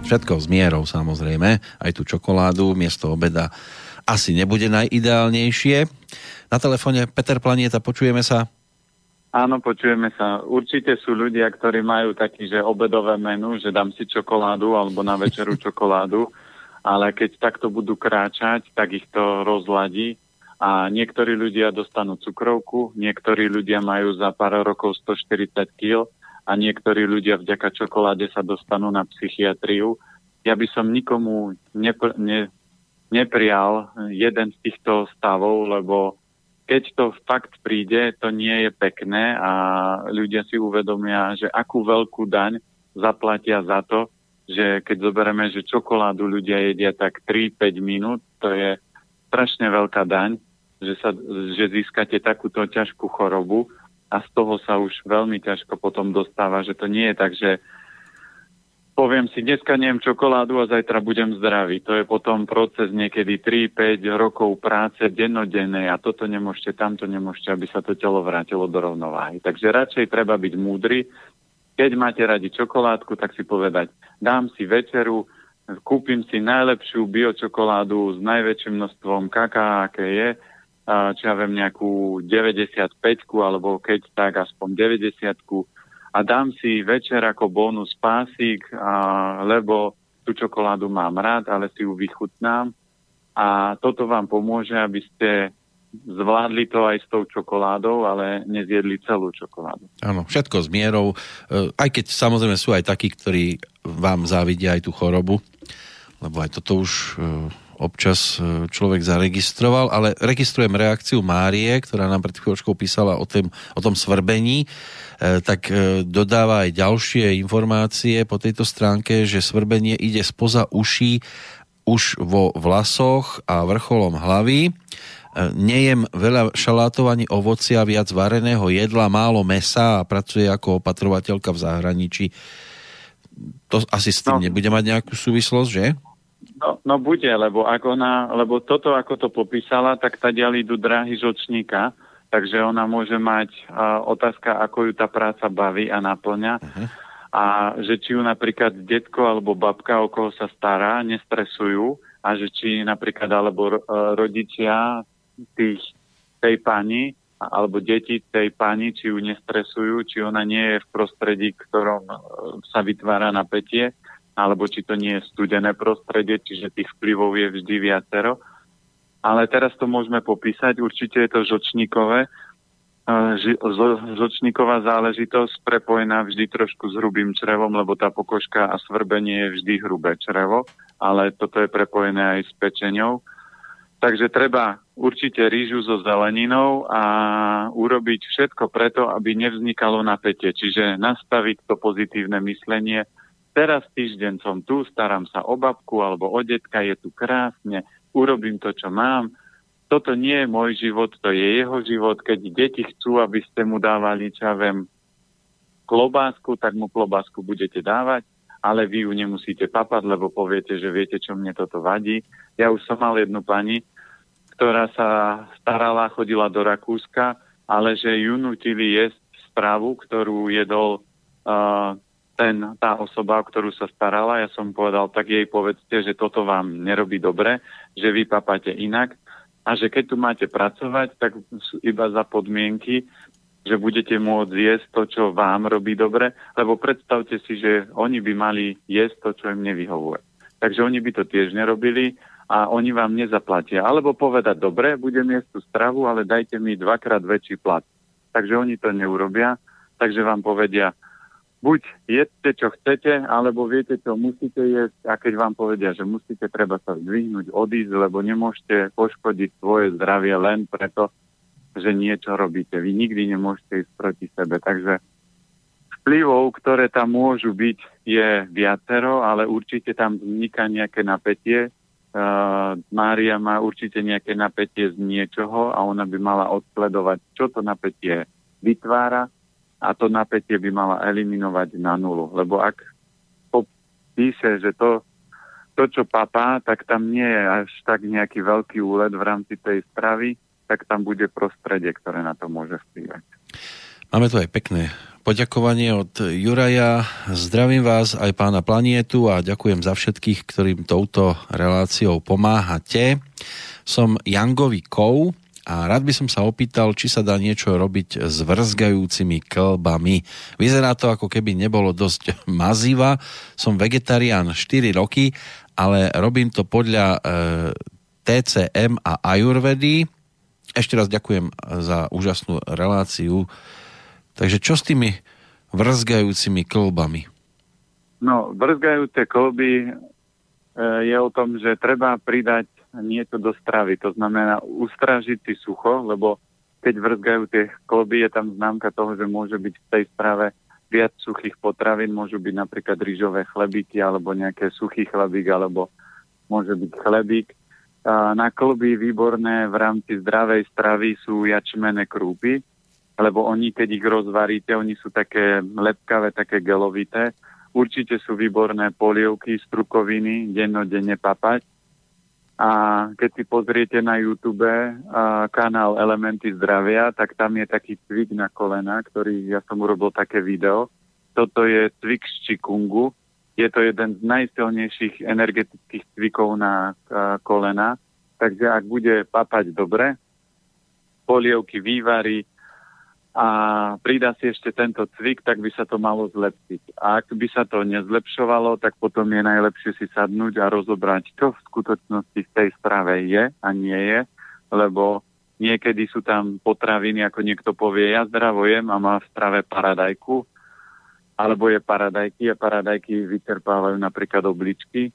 Všetko s mierou, samozrejme. Aj tú čokoládu miesto obeda asi nebude najideálnejšie. Na telefóne Peter Planieta, počujeme sa? Áno, počujeme sa. Určite sú ľudia, ktorí majú taký, že obedové menu, že dám si čokoládu alebo na večeru čokoládu, ale keď takto budú kráčať, tak ich to rozladí a niektorí ľudia dostanú cukrovku, niektorí ľudia majú za pár rokov 140 kg a niektorí ľudia vďaka čokoláde sa dostanú na psychiatriu. Ja by som nikomu neprijal jeden z týchto stavov, lebo keď to fakt príde, to nie je pekné a ľudia si uvedomia, že akú veľkú daň zaplatia za to, že keď zoberieme, že čokoládu ľudia jedia tak 3-5 minút, to je strašne veľká daň, že získate takúto ťažkú chorobu a z toho sa už veľmi ťažko potom dostáva, že to nie je tak, že poviem si, dneska nejem čokoládu a zajtra budem zdravý. To je potom proces niekedy 3-5 rokov práce dennodennej a toto nemôžete, tamto nemôžete, aby sa to telo vrátilo do rovnováhy. Takže radšej treba byť múdry. Keď máte radi čokoládku, tak si povedať, dám si večeru, kúpim si najlepšiu biočokoládu s najväčším množstvom kaká, aké je, čo ja viem, nejakú 95-ku, alebo keď tak aspoň 90-ku, a dám si večer ako bonus pásik, lebo tú čokoládu mám rád, ale si ju vychutnám. A toto vám pomôže, aby ste zvládli to aj s tou čokoládou, ale nezjedli celú čokoládu. Áno, všetko s mierou, aj keď samozrejme sú aj takí, ktorí vám závidia aj tú chorobu, lebo aj toto už občas človek zaregistroval, ale registrujem reakciu Márie, ktorá nám pred chvíľočkou písala o tom svrbení, tak dodáva aj ďalšie informácie po tejto stránke, že svrbenie ide spoza uší už vo vlasoch a vrcholom hlavy. Nejem veľa šalátov ani ovocia, viac vareného jedla, málo mäsa a pracuje ako opatrovateľka v zahraničí. To asi s tým nebude mať nejakú súvislosť, že? No bude, lebo toto, ako to popísala, tak tadiaľ idú dráhy žlčníka, takže ona môže mať otázka, ako ju tá práca baví a naplňa. Uh-huh. A že či ju napríklad detko alebo babka, o koho sa stará, nestresujú a že či napríklad alebo rodičia tej pani alebo deti tej pani, či ju nestresujú, či ona nie je v prostredí, ktorom sa vytvára napätie, alebo či to nie je studené prostredie, čiže tých vplyvov je vždy viacero. Ale teraz to môžeme popísať, určite je to žlčníkové. Žlčníková záležitosť prepojená vždy trošku s hrubým črevom, lebo tá pokožka a svrbenie je vždy hrubé črevo, ale toto je prepojené aj s pečeňou. Takže treba určite rýžu so zeleninou a urobiť všetko preto, aby nevznikalo napätie, čiže nastaviť to pozitívne myslenie. Teraz týždeň som tu, starám sa o babku alebo o detka, je tu krásne, urobím to, čo mám. Toto nie je môj život, to je jeho život. Keď deti chcú, aby ste mu dávali, čo ja viem, klobásku, tak mu klobásku budete dávať, ale vy ju nemusíte papať, lebo poviete, že viete, čo mne toto vadí. Ja už som mal jednu pani, ktorá sa starala, chodila do Rakúska, ale že ju nutili jesť stravu, ktorú jedol tá osoba, o ktorú sa starala. Ja som povedal, tak jej povedzte, že toto vám nerobí dobre, že vy papáte inak a že keď tu máte pracovať, tak iba za podmienky, že budete môcť jesť to, čo vám robí dobre, lebo predstavte si, že oni by mali jesť to, čo im nevyhovuje. Takže oni by to tiež nerobili a oni vám nezaplatia. Alebo povedať, dobre, budem jesť tú stravu, ale dajte mi 2-krát väčší plat. Takže oni to neurobia, takže vám povedia, buď jedzte, čo chcete, alebo viete, čo musíte jesť a keď vám povedia, že musíte, treba sa zdvihnúť, odísť, lebo nemôžete poškodiť svoje zdravie len preto, že niečo robíte. Vy nikdy nemôžete ísť proti sebe. Takže vplyvov, ktoré tam môžu byť, je viacero, ale určite tam vzniká nejaké napätie. Mária má určite nejaké napätie z niečoho a ona by mala odsledovať, čo to napätie vytvára, a to napätie by mala eliminovať na nulu. Lebo ak píše, že to, čo papá, tak tam nie je až tak nejaký veľký úlet v rámci tej stravy, tak tam bude prostredie, ktoré na to môže vplyvať. Máme tu aj pekné poďakovanie od Juraja. Zdravím vás aj pána Planietu a ďakujem za všetkých, ktorým touto reláciou pomáhate. Som Jangový Kov a rád by som sa opýtal, či sa dá niečo robiť s vrzgajúcimi klbami. Vyzerá to, ako keby nebolo dosť maziva. Som vegetarián 4 roky, ale robím to podľa TCM a Ayurvedy. Ešte raz ďakujem za úžasnú reláciu. Takže čo s tými vrzgajúcimi klbami? No, vrzgajúce klby je o tom, že treba pridať niečo do stravy. To znamená ustražiť si sucho, lebo keď vrzgajú tie klby, je tam známka toho, že môže byť v tej strave viac suchých potravín. Môžu byť napríklad rýžové chlebíky, alebo nejaké suchý chlebík, alebo môže byť chlebík. Na klby výborné v rámci zdravej stravy sú jačmené krúpy, lebo oni, keď ich rozvaríte, oni sú také lepkavé, také gelovité. Určite sú výborné polievky, strukoviny, dennodenne papať. A keď si pozriete na YouTube kanál Elementy zdravia, tak tam je taký cvik na kolena, ktorý ja som urobil také video. Toto je cvik z Qigongu. Je to jeden z najsilnejších energetických cvikov na kolena. Takže ak bude papať dobre, polievky, vývary a pridá si ešte tento cvik, tak by sa to malo zlepšiť. A ak by sa to nezlepšovalo, tak potom je najlepšie si sadnúť a rozobrať, čo v skutočnosti v tej strave je a nie je, lebo niekedy sú tam potraviny, ako niekto povie, ja zdravo jem a má v strave paradajku, alebo je paradajky a paradajky vyčerpávajú napríklad obličky,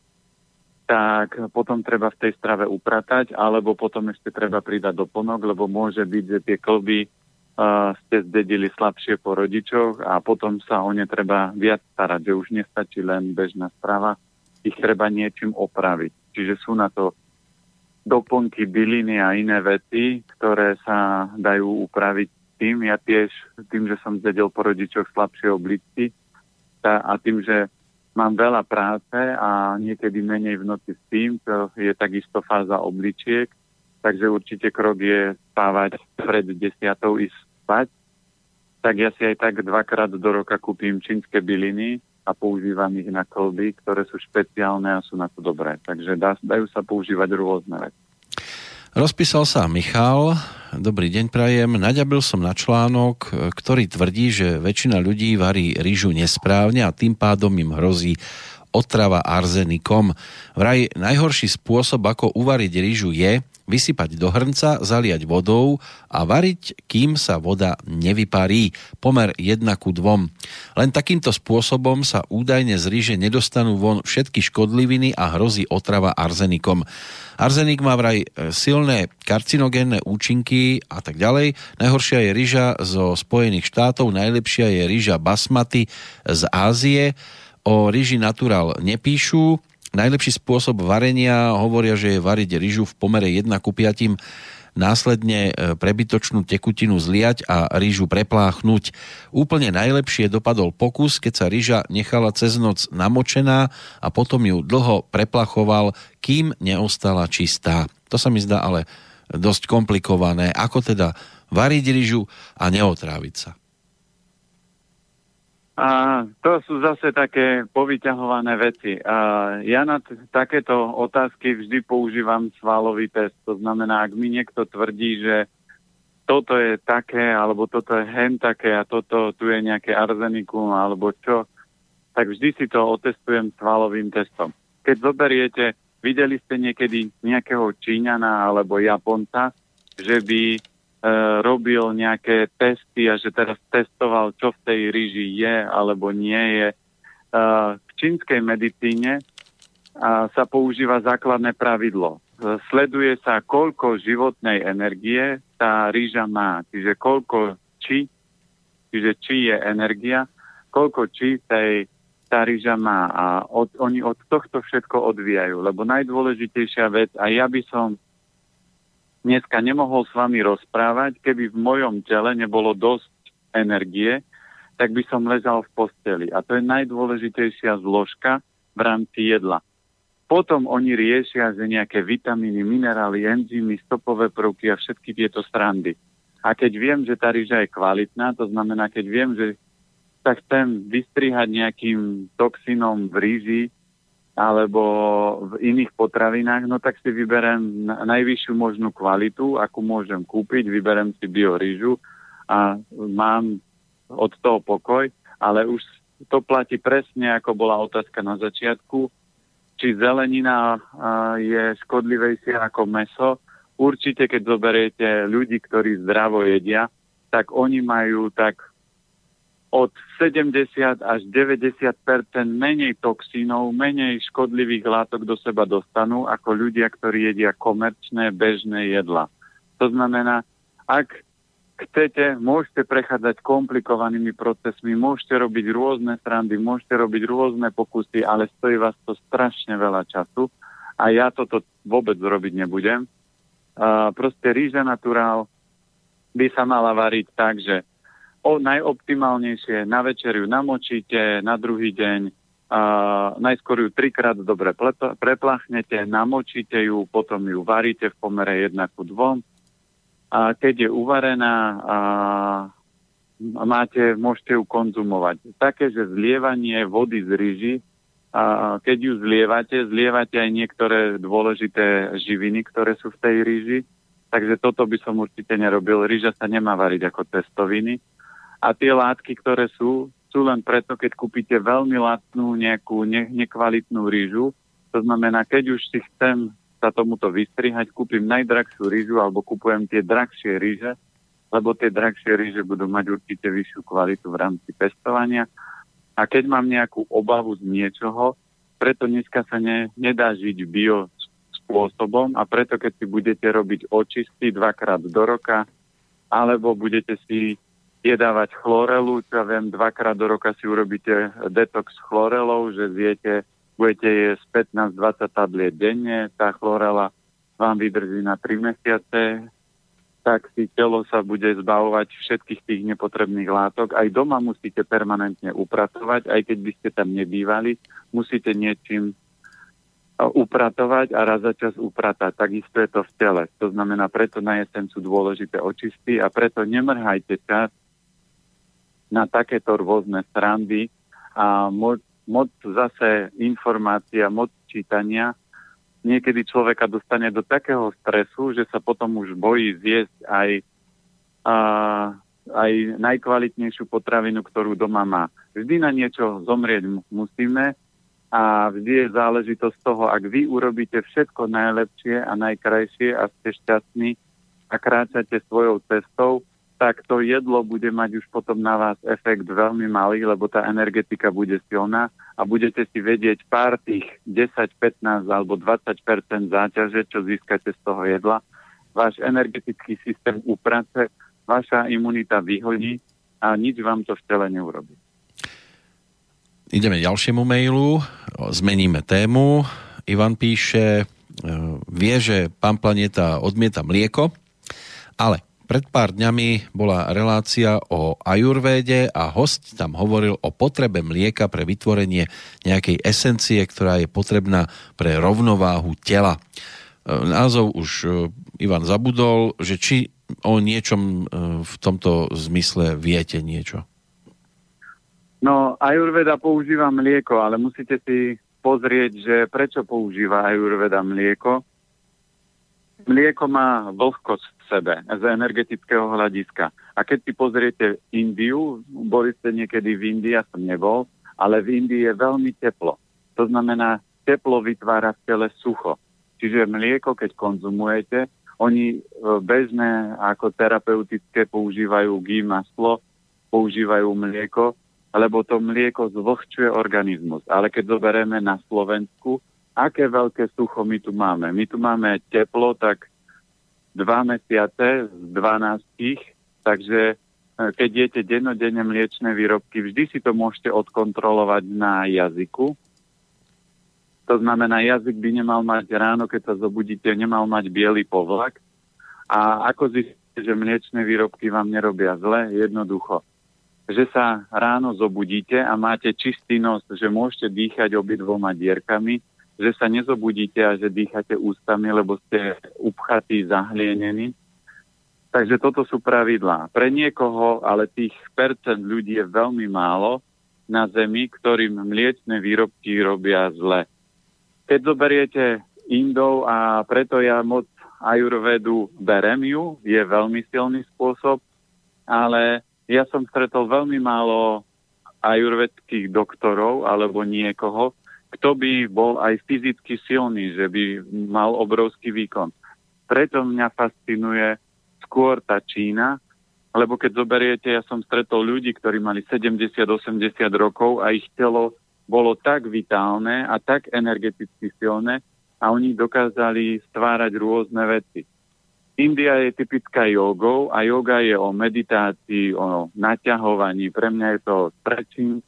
tak potom treba v tej strave upratať, alebo potom ešte treba pridať doplnok, lebo môže byť, že tie klby ste zdedili slabšie po rodičoch a potom sa o ne treba viac starať, že už nestačí len bežná strava, ich treba niečím opraviť. Čiže sú na to doplnky, byliny a iné veci, ktoré sa dajú upraviť tým. Ja tiež tým, že som zdedil po rodičoch slabšie obličky a tým, že mám veľa práce a niekedy menej v noci spím, to je takisto fáza obličiek, takže určite krok je spávať pred 10:00 ísť spať, tak ja si aj tak 2-krát do roka kúpim čínske byliny a používam ich na klby, ktoré sú špeciálne a sú na to dobré. Takže dajú sa používať rôzne veci. Rozpísal sa Michal. Dobrý deň prajem. Naďabil som na článok, ktorý tvrdí, že väčšina ľudí varí rýžu nesprávne a tým pádom im hrozí otrava arzenikom. Vraj najhorší spôsob, ako uvariť rýžu je vysypať do hrnca, zaliať vodou a variť, kým sa voda nevyparí. Pomer 1:2. Len takýmto spôsobom sa údajne z rýže nedostanú von všetky škodliviny a hrozí otrava arzenikom. Arzenik má vraj silné karcinogénne účinky a tak ďalej. Najhoršia je rýža zo Spojených štátov, najlepšia je rýža basmati z Ázie. O rýži natural nepíšu. Najlepší spôsob varenia hovoria, že je variť rýžu v pomere 1:5, následne prebytočnú tekutinu zliať a rýžu prepláchnuť. Úplne najlepšie dopadol pokus, keď sa rýža nechala cez noc namočená a potom ju dlho preplachoval, kým neostala čistá. To sa mi zdá ale dosť komplikované. Ako teda variť rýžu a neotráviť sa? A to sú zase také povyťahované veci. Ja na takéto otázky vždy používam svalový test. To znamená, ak mi niekto tvrdí, že toto je také, alebo toto je hen také a toto tu je nejaké arzenikum, alebo čo, tak vždy si to otestujem svalovým testom. Keď zoberiete, videli ste niekedy nejakého Číňana alebo Japonca, že by robil nejaké testy a že teraz testoval, čo v tej rýži je alebo nie je. V čínskej medicíne sa používa základné pravidlo. Sleduje sa, koľko životnej energie tá rýža má. Čiže koľko či je energia, koľko či tá rýža má. A oni od tohto všetko odvíjajú. Lebo najdôležitejšia vec, a ja by som dneska nemohol s vami rozprávať, keby v mojom tele nebolo dosť energie, tak by som ležal v posteli. A to je najdôležitejšia zložka v rámci jedla. Potom oni riešia, že nejaké vitamíny, minerály, enzymy, stopové prvky a všetky tieto strandy. A keď viem, že tá rýža je kvalitná, to znamená, keď viem, že sa chcem vystrihať nejakým toxínom v rýži alebo v iných potravinách, no tak si vyberem najvyššiu možnú kvalitu, akú môžem kúpiť, vyberem si biorýžu a mám od toho pokoj, ale už to platí presne, ako bola otázka na začiatku, či zelenina je škodlivejšia ako mäso. Určite, keď zoberiete ľudí, ktorí zdravo jedia, tak oni majú tak od 70 až 90% menej toxínov, menej škodlivých látok do seba dostanú ako ľudia, ktorí jedia komerčné, bežné jedla. To znamená, ak chcete, môžete prechádzať komplikovanými procesmi, môžete robiť rôzne srandy, môžete robiť rôzne pokusy, ale stojí vás to strašne veľa času a ja toto vôbec robiť nebudem. Proste rýža naturál by sa mala variť tak, že najoptimálnejšie na večeriu namočíte, na druhý deň najskôr ju 3-krát dobre prepláchnete, namočíte ju, potom ju varíte v pomere 1:2. A keď je uvarená, môžete ju konzumovať. Také, že zlievanie vody z rýži, keď ju zlievate aj niektoré dôležité živiny, ktoré sú v tej rýži. Takže toto by som určite nerobil. Rýža sa nemá variť ako testoviny. A tie látky, ktoré sú len preto, keď kúpite veľmi lacnú nejakú nekvalitnú rýžu. To znamená, keď už si chcem sa tomuto vystrihať, kúpim najdrahšiu rýžu alebo kupujem tie drahšie rýže, lebo tie drahšie rýže budú mať určite vyššiu kvalitu v rámci pestovania. A keď mám nejakú obavu z niečoho, preto dneska sa nedá žiť bio spôsobom a preto keď si budete robiť očisty 2-krát do roka, alebo budete si jedávať chlorelu, čo ja viem, 2-krát do roka si urobíte detox chlorelou, že budete jesť 15-20 tabliet denne, tá chlorela vám vydrží na 3 mesiace, tak si telo sa bude zbavovať všetkých tých nepotrebných látok. Aj doma musíte permanentne upratovať, aj keď by ste tam nebývali, musíte niečím upratovať a raz za čas upratať. Takisto je to v tele. To znamená, preto na jeseň sú dôležité očisty a preto nemrhajte čas na takéto rôzne srandy a moc zase informácia, moc čítania niekedy človeka dostane do takého stresu, že sa potom už bojí zjesť aj najkvalitnejšiu potravinu, ktorú doma má. Vždy na niečo zomrieť musíme a vždy je záležitosť toho, ak vy urobíte všetko najlepšie a najkrajšie a ste šťastní a kráčate svojou cestou, tak to jedlo bude mať už potom na vás efekt veľmi malý, lebo tá energetika bude silná a budete si vedieť pár tých 10, 15 alebo 20% záťaže, čo získate z toho jedla. Váš energetický systém uprace, vaša imunita vyhodí a nič vám to v tele neurobí. Ideme ďalšiemu mailu, zmeníme tému. Ivan píše, vie, že pán Planeta odmieta mlieko, ale pred pár dňami bola relácia o ajurvéde a host tam hovoril o potrebe mlieka pre vytvorenie nejakej esencie, ktorá je potrebná pre rovnováhu tela. Názov už Ivan zabudol, že či o niečom v tomto zmysle viete niečo? No, ajurveda používa mlieko, ale musíte si pozrieť, že prečo používa ajurveda mlieko. Mlieko má vlhkosť v sebe z energetického hľadiska. A keď si pozriete Indiu, boli ste niekedy v Indii, ja som nebol, ale v Indii je veľmi teplo. To znamená, teplo vytvára v tele sucho. Čiže mlieko, keď konzumujete, oni bežné ako terapeutické používajú ghee maslo, používajú mlieko, lebo to mlieko zvlhčuje organizmus. Ale keď zoberieme na Slovensku, aké veľké sucho my tu máme? My tu máme teplo, tak 2 mesiace z 12, takže keď jete dennodenne mliečne výrobky, vždy si to môžete odkontrolovať na jazyku. To znamená, jazyk by nemal mať ráno, keď sa zobudíte, nemal mať biely povlak. A ako zistíte, že mliečne výrobky vám nerobia zle? Jednoducho, že sa ráno zobudíte a máte čistý nos, že môžete dýchať obidvoma dierkami, že sa nezobudíte a že dýchate ústami, lebo ste upchatí, zahlienení. Takže toto sú pravidlá. Pre niekoho, ale tých percent ľudí je veľmi málo na Zemi, ktorým mliečne výrobky robia zle. Keď zoberiete Indov, a preto ja moc ajurvedu berem ju, je veľmi silný spôsob, ale ja som stretol veľmi málo ajurvedských doktorov alebo niekoho, kto by bol aj fyzicky silný, že by mal obrovský výkon. Preto mňa fascinuje skôr tá Čína, lebo keď zoberiete, ja som stretol ľudí, ktorí mali 70-80 rokov a ich telo bolo tak vitálne a tak energeticky silné a oni dokázali stvárať rôzne veci. India je typická jogou a joga je o meditácii, o naťahovaní. Pre mňa je to stretching,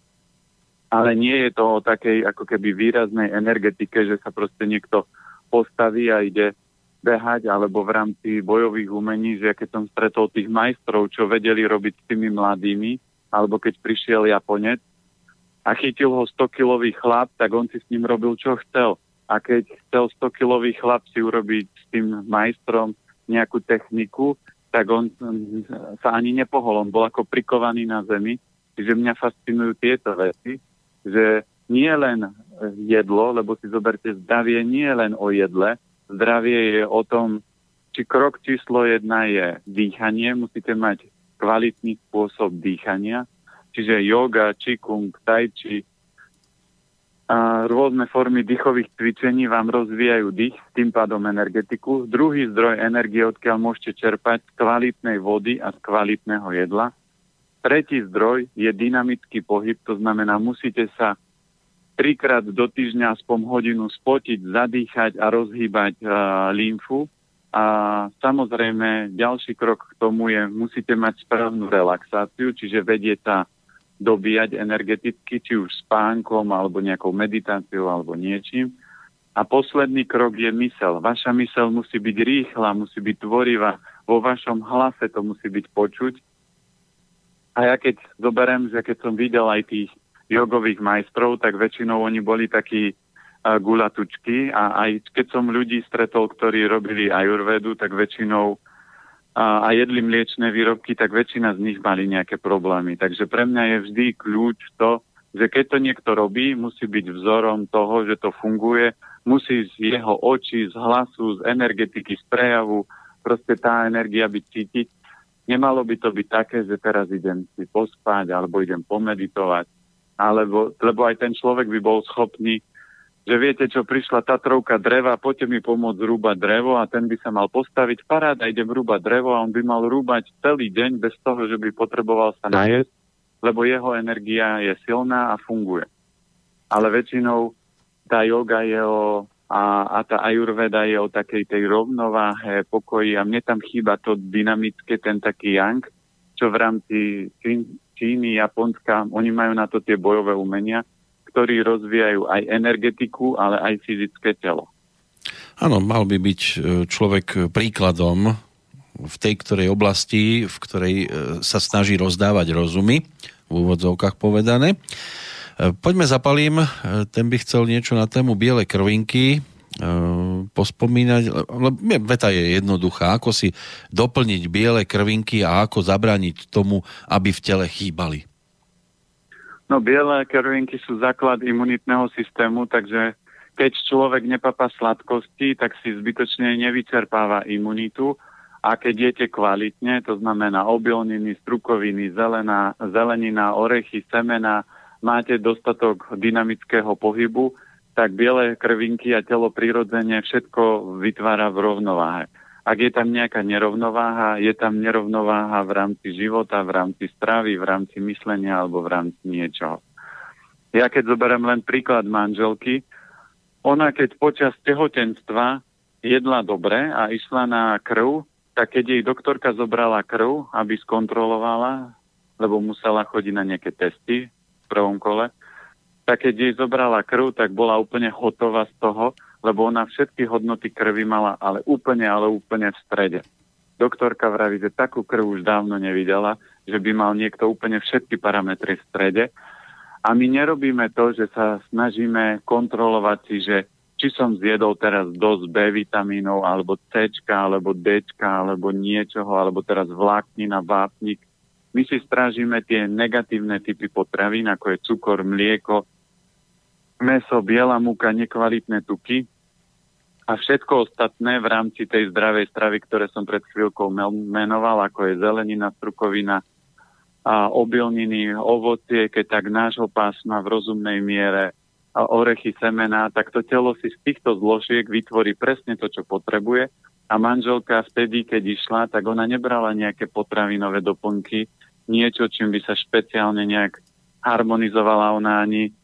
ale nie je to o takej ako keby výraznej energetike, že sa proste niekto postaví a ide behať, alebo v rámci bojových umení, že keď som stretol tých majstrov, čo vedeli robiť s tými mladými, alebo keď prišiel Japonec a chytil ho 100-kilový chlap, tak on si s ním robil, čo chcel. A keď chcel 100-kilový chlap si urobiť s tým majstrom nejakú techniku, tak on sa ani nepohol. On bol ako prikovaný na zemi. Čiže mňa fascinujú tieto veci, že nie len jedlo, lebo si zoberte, zdravie nie je len o jedle, zdravie je o tom, či krok číslo 1 je dýchanie, musíte mať kvalitný spôsob dýchania, čiže yoga, qigong, tai chi a rôzne formy dýchových cvičení vám rozvíjajú dých, tým pádom energetiku. Druhý zdroj energie, odkiaľ môžete čerpať, z kvalitnej vody a z kvalitného jedla. Tretí zdroj je dynamický pohyb, to znamená, musíte sa 3-krát do týždňa aspoň hodinu spotiť, zadýchať a rozhýbať lymfu. A samozrejme, ďalší krok k tomu je, musíte mať správnu relaxáciu, čiže vedieť sa dobíjať energeticky, či už spánkom, alebo nejakou meditáciou, alebo niečím. A posledný krok je myseľ. Vaša myseľ musí byť rýchla, musí byť tvorivá, vo vašom hlase to musí byť počuť. A ja keď zoberiem, že keď som videl aj tých jogových majstrov, tak väčšinou oni boli takí gulatučky a aj keď som ľudí stretol, ktorí robili ajurvedu, tak väčšinou a jedli mliečne výrobky, tak väčšina z nich mali nejaké problémy. Takže pre mňa je vždy kľúč to, že keď to niekto robí, musí byť vzorom toho, že to funguje, musí z jeho očí, z hlasu, z energetiky, z prejavu, proste tá energia byť cítiť. Nemalo by to byť také, že teraz idem si pospať alebo idem pomeditovať, lebo aj ten človek by bol schopný, že viete čo, prišla Tatrovka dreva, poďte mi pomôcť rúbať drevo a ten by sa mal postaviť, paráda, idem rúbať drevo a on by mal rúbať celý deň bez toho, že by potreboval sa najesť, lebo jeho energia je silná a funguje. Ale väčšinou tá joga je a tá ajurveda je o takej tej rovnováhe, pokoji a mne tam chýba to dynamické, ten taký yang, čo v rámci Číny, Japonska, oni majú na to tie bojové umenia, ktorí rozvíjajú aj energetiku, ale aj fyzické telo. Áno, mal by byť človek príkladom v tej ktorej oblasti, v ktorej sa snaží rozdávať rozumy, v úvodzovkách povedané. Poďme za Palím, ten by chcel niečo na tému biele krvinky pospomínať. Veta je jednoduchá, ako si doplniť biele krvinky a ako zabrániť tomu, aby v tele chýbali. No, biele krvinky sú základ imunitného systému, takže keď človek nepapá sladkosti, tak si zbytočne nevyčerpáva imunitu a keď jete kvalitne, to znamená obilniny, strukoviny, zelenina, orechy, semena, máte dostatok dynamického pohybu, tak biele krvinky a telo prirodzene všetko vytvára v rovnováhe. Ak je tam nejaká nerovnováha, je tam nerovnováha v rámci života, v rámci stravy, v rámci myslenia alebo v rámci niečoho. Ja keď zoberiem len príklad manželky, ona keď počas tehotenstva jedla dobre a išla na krv, tak keď jej doktorka zobrala krv, aby skontrolovala, lebo musela chodiť na nejaké testy v prvom kole, tak keď jej zobrala krv, tak bola úplne hotová z toho, lebo ona všetky hodnoty krvi mala, ale úplne v strede. Doktorka vraví, že takú krv už dávno nevidela, že by mal niekto úplne všetky parametre v strede. A my nerobíme to, že sa snažíme kontrolovať si, že či som zjedol teraz dosť B vitamínov, alebo C, alebo D, alebo niečoho, alebo teraz vláknina, vápnik. My si strážime tie negatívne typy potravín, ako je cukor, mlieko, mäso, biela múka, nekvalitné tuky a všetko ostatné v rámci tej zdravej stravy, ktoré som pred chvíľkou menoval, ako je zelenina, strukovina a obilniny, ovocie, keď tak nášho pásma v rozumnej miere, a orechy, semená, tak to telo si z týchto zložiek vytvorí presne to, čo potrebuje. A manželka vtedy, keď išla, tak ona nebrala nejaké potravinové doplnky, niečo, čím by sa špeciálne nejak harmonizovala. Ona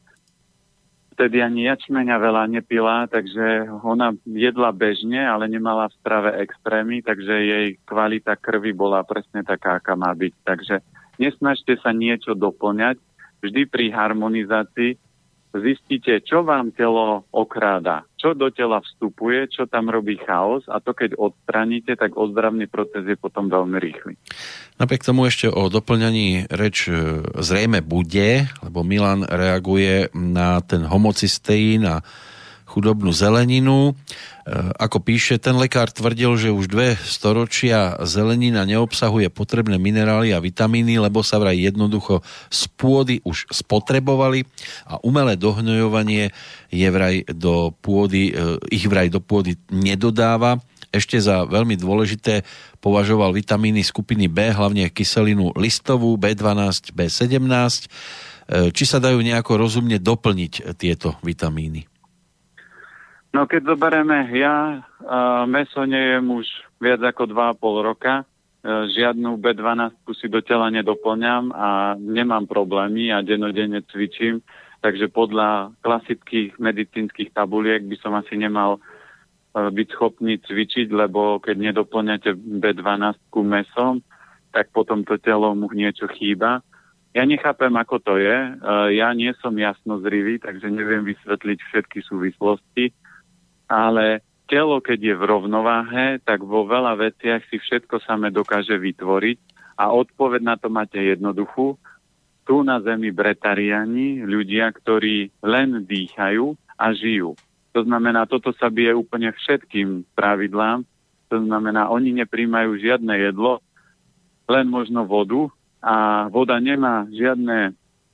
vtedy ani jačmeňa veľa nepila, takže ona jedla bežne, ale nemala v strave extrémy, takže jej kvalita krvi bola presne taká, aká má byť. Takže nesnažte sa niečo doplňať. Vždy pri harmonizácii zistíte, čo vám telo okráda, čo do tela vstupuje, čo tam robí chaos a to, keď odstraníte, tak ozdravný proces je potom veľmi rýchly. Napriek tomu ešte o doplňaní reč zrejme bude, lebo Milan reaguje na ten homocysteín a chudobnú zeleninu. Ako píše, ten lekár tvrdil, že už 2 storočia zelenina neobsahuje potrebné minerály a vitamíny, lebo sa vraj jednoducho z pôdy už spotrebovali a umelé dohnojovanie je vraj do pôdy, ich vraj do pôdy nedodáva. Ešte za veľmi dôležité považoval vitamíny skupiny B, hlavne kyselinu listovú, B12, B17. Či sa dajú nejako rozumne doplniť tieto vitamíny? No keď zoberieme, ja mäso nejem už viac ako 2,5 roka, žiadnu B12 si do tela nedoplňam a nemám problémy a dennodenne cvičím, takže podľa klasických medicínskych tabuliek by som asi nemal byť schopný cvičiť, lebo keď nedoplňate B12 mesom, tak potom to telo mu niečo chýba. Ja nechápem, ako to je, ja nie som jasnozrivý, takže neviem vysvetliť všetky súvislosti, ale telo, keď je v rovnováhe, tak vo veľa veciach si všetko samé dokáže vytvoriť a odpoveď na to máte jednoduchú. Tu na zemi bretariani, ľudia, ktorí len dýchajú a žijú. To znamená, toto sa bije úplne všetkým pravidlám. To znamená, oni nepríjmajú žiadne jedlo, len možno vodu a voda nemá žiadne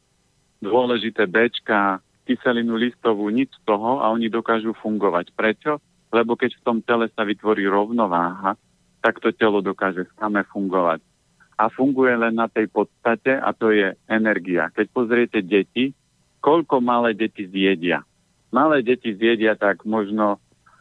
dôležité Bčka, kyselinu listovú, nič z toho a oni dokážu fungovať. Prečo? Lebo keď v tom tele sa vytvorí rovnováha, tak to telo dokáže same fungovať. A funguje len na tej podstate a to je energia. Keď pozriete deti, koľko malé deti zjedia? Malé deti zjedia tak možno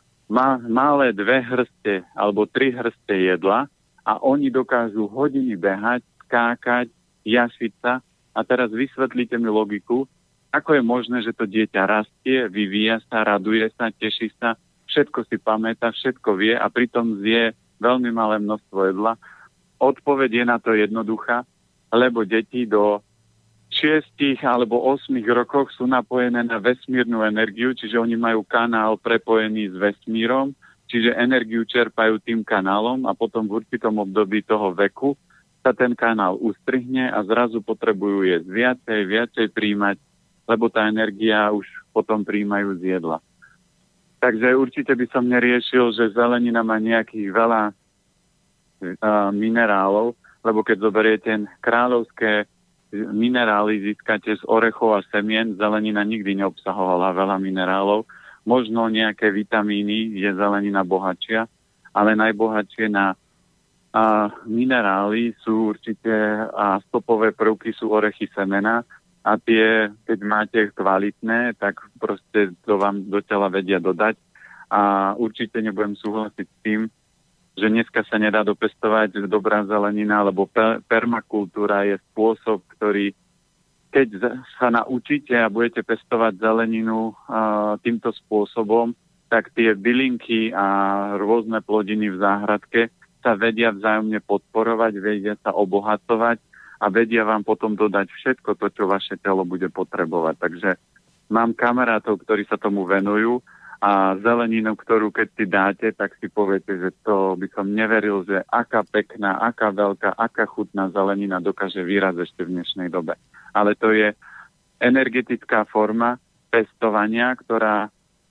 malé 2 hrste alebo 3 hrste jedla a oni dokážu hodiny behať, skákať, jašiť sa. A teraz vysvetlíte mi logiku, ako je možné, že to dieťa rastie, vyvíja sa, raduje sa, teší sa, všetko si pamätá, všetko vie a pritom zje veľmi malé množstvo jedla. Odpoveď je na to jednoduchá, lebo deti do 6 alebo 8 rokoch sú napojené na vesmírnu energiu, čiže oni majú kanál prepojený s vesmírom, čiže energiu čerpajú tým kanálom a potom v určitom období toho veku sa ten kanál ustrihne a zrazu potrebujú jesť viacej príjmať, lebo tá energia už potom príjmajú z jedla. Takže určite by som neriešil, že zelenina má nejakých veľa minerálov, lebo keď zoberiete kráľovské minerály, získate z orechov a semien, zelenina nikdy neobsahovala veľa minerálov. Možno nejaké vitamíny je zelenina bohatšia, ale najbohatšie na minerály sú určite a stopové prvky sú orechy, semena. A tie, keď máte kvalitné, tak proste to vám do tela vedia dodať. A určite nebudem súhlasiť s tým, že dneska sa nedá dopestovať dobrá zelenina, lebo permakultúra je spôsob, ktorý, keď sa naučíte a budete pestovať zeleninu týmto spôsobom, tak tie bylinky a rôzne plodiny v záhradke sa vedia vzájomne podporovať, vedia sa obohacovať a vedia vám potom dodať všetko to, čo vaše telo bude potrebovať. Takže mám kamarátov, ktorí sa tomu venujú a zeleninu, ktorú keď si dáte, tak si poviete, že to by som neveril, že aká pekná, aká veľká, aká chutná zelenina dokáže vyrazť ešte v dnešnej dobe. Ale to je energetická forma pestovania, ktorá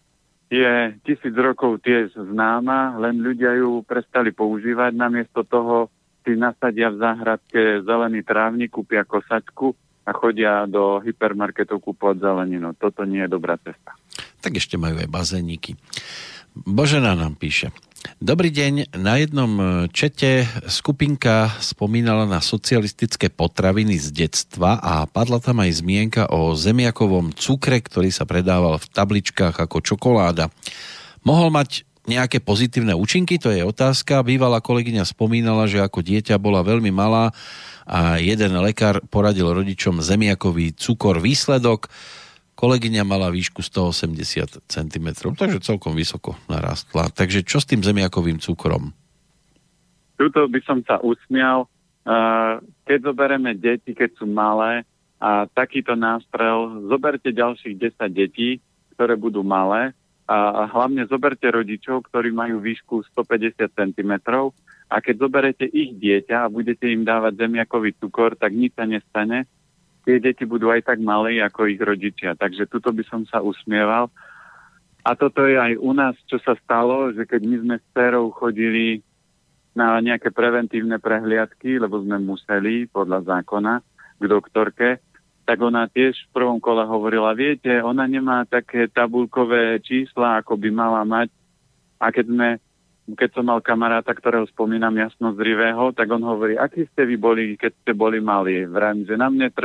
je 1000 rokov tiež známa, len ľudia ju prestali používať. Namiesto toho si nasadia v záhradke zelený trávnik, kúpia kosačku a chodia do hypermarketov kúpovať zeleninu. Toto nie je dobrá cesta. Tak ešte majú aj bazéniky. Božena nám píše. Dobrý deň, na jednom čete skupinka spomínala na socialistické potraviny z detstva a padla tam aj zmienka o zemiakovom cukre, ktorý sa predával v tabličkách ako čokoláda. Mohol mať nejaké pozitívne účinky? To je otázka. Bývalá kolegyňa spomínala, že ako dieťa bola veľmi malá a jeden lekár poradil rodičom zemiakový cukor. Výsledok: kolegyňa mala výšku 180 cm, takže celkom vysoko narastla. Takže čo s tým zemiakovým cukrom? Tuto by som sa usmial. Keď zoberieme deti, keď sú malé, a takýto nástrel, zoberte ďalších 10 detí, ktoré budú malé, a hlavne zoberte rodičov, ktorí majú výšku 150 cm, a keď zoberete ich dieťa a budete im dávať zemiakový cukor, tak nič sa nestane. Tie deti budú aj tak malé ako ich rodičia. Takže tuto by som sa usmieval. A toto je aj u nás, čo sa stalo, že keď my sme s dcerou chodili na nejaké preventívne prehliadky, lebo sme museli podľa zákona k doktorke, tak ona tiež v prvom kole hovorila, viete, ona nemá také tabulkové čísla, ako by mala mať. A keď som mal kamaráta, ktorého spomínam jasnozrivého, tak on hovorí, aký ste vy boli, keď ste boli malí. Vrajím, že na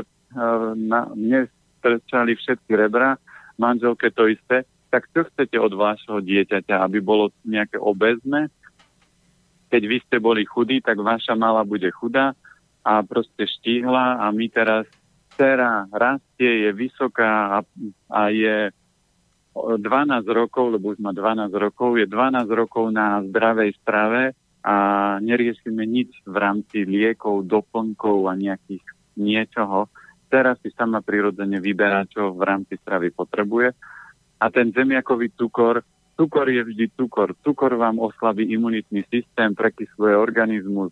mne trčali všetky rebra, manželke to isté. Tak čo chcete od vášho dieťaťa, aby bolo nejaké obézne? Keď vy ste boli chudí, tak vaša mala bude chudá a proste štíhla a my teraz dcera rastie, je vysoká a je 12 rokov, lebo už má 12 rokov, je 12 rokov na zdravej strave a neriešime nič v rámci liekov, doplnkov a nejakých niečoho. Teraz si sama prirodzene vyberá, čo v rámci stravy potrebuje. A ten zemiakový cukor je vždy cukor. Cukor vám oslabí imunitný systém, prekysluje organizmus.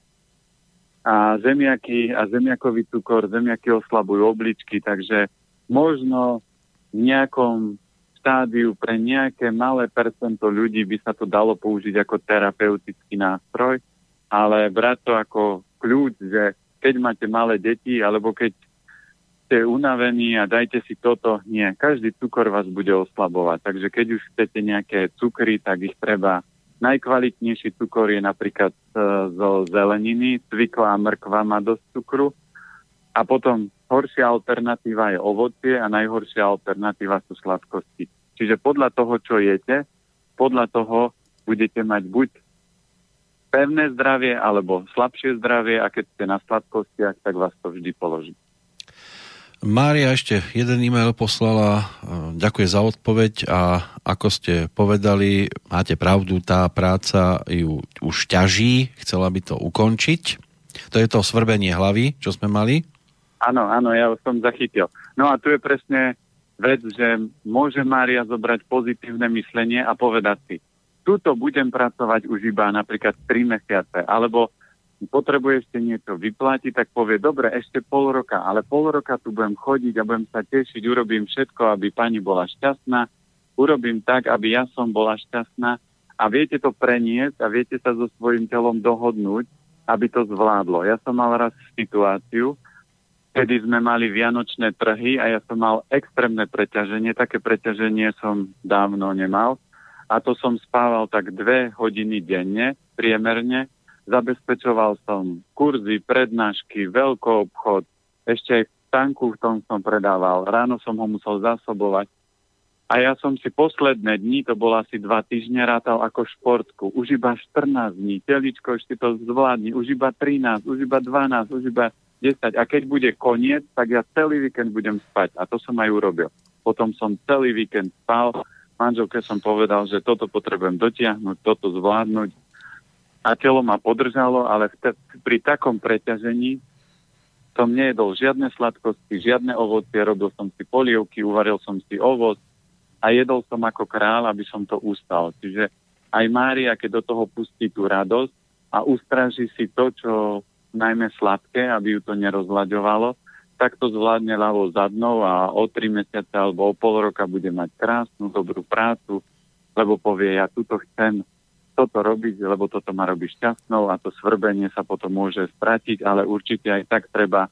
A zemiakový cukor, zemiaky oslabujú obličky, takže možno v nejakom štádiu pre nejaké malé percento ľudí by sa to dalo použiť ako terapeutický nástroj, ale brať to ako kľúč, že keď máte malé deti, alebo keď ste unavení a dajte si toto, nie. Každý cukor vás bude oslabovať. Takže keď už chcete nejaké cukry, tak ich treba. Najkvalitnejší cukor je napríklad zo zeleniny, cvikla a mrkva má dosť cukru. A potom horšia alternatíva je ovocie a najhoršia alternatíva sú sladkosti. Čiže podľa toho, čo jete, podľa toho budete mať buď pevné zdravie alebo slabšie zdravie a keď ste na sladkostiach, tak vás to vždy položí. Mária ešte jeden e-mail poslala, ďakujem za odpoveď a ako ste povedali, máte pravdu, tá práca ju už ťaží, chcela by to ukončiť. To je to svrbenie hlavy, čo sme mali? Áno, ja som zachytil. No a tu je presne vec, že môže Mária zobrať pozitívne myslenie a povedať si, tuto budem pracovať už iba napríklad 3 mesiace, alebo potrebuje ešte niečo vyplatiť, tak povie, dobre, ešte pol roka, ale pol roka tu budem chodiť a budem sa tešiť, urobím všetko, aby pani bola šťastná, urobím tak, aby ja som bola šťastná a viete to preniesť a viete sa so svojím telom dohodnúť, aby to zvládlo. Ja som mal raz situáciu, kedy sme mali vianočné trhy a ja som mal extrémne preťaženie, také preťaženie som dávno nemal a to som spával tak 2 hodiny denne, priemerne. Zabezpečoval som kurzy, prednášky, veľkoobchod, ešte aj v tanku v tom som predával. Ráno som ho musel zásobovať. A ja som si posledné dni, to bolo asi 2 týždne, rátal ako športku. Už iba 14 dní, teličko ešte to zvládni, už iba 13, už iba 12, už iba 10. A keď bude koniec, tak ja celý víkend budem spať. A to som aj urobil. Potom som celý víkend spal. Manželke som povedal, že toto potrebujem dotiahnuť, toto zvládnuť. A telo ma podržalo, ale pri takom preťažení som nejedol žiadne sladkosti, žiadne ovocie, robil som si polievky, uvaril som si ovoc a jedol som ako král, aby som to ustal. Čiže aj Mária, keď do toho pustí tú radosť a ustraží si to, čo najmä sladké, aby ju to nerozlaďovalo, tak to zvládne ľavou zadnou a o 3 mesiace alebo o pol roka bude mať krásnu, dobrú prácu, lebo povie, ja tuto chcem toto robiť, lebo toto ma robí šťastnou a to svrbenie sa potom môže stratiť, ale určite aj tak treba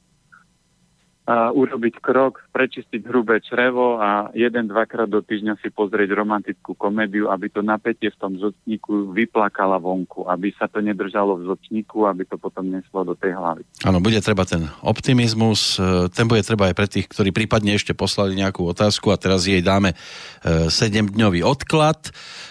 urobiť krok, prečistiť hrubé črevo a 1-2 krát do týždňa si pozrieť romantickú komédiu, aby to napätie v tom žlčníku vyplakala vonku, aby sa to nedržalo v žlčníku, aby to potom neslo do tej hlavy. Áno, bude treba ten optimizmus, ten bude treba aj pre tých, ktorí prípadne ešte poslali nejakú otázku a teraz jej dáme 7-dňový odklad.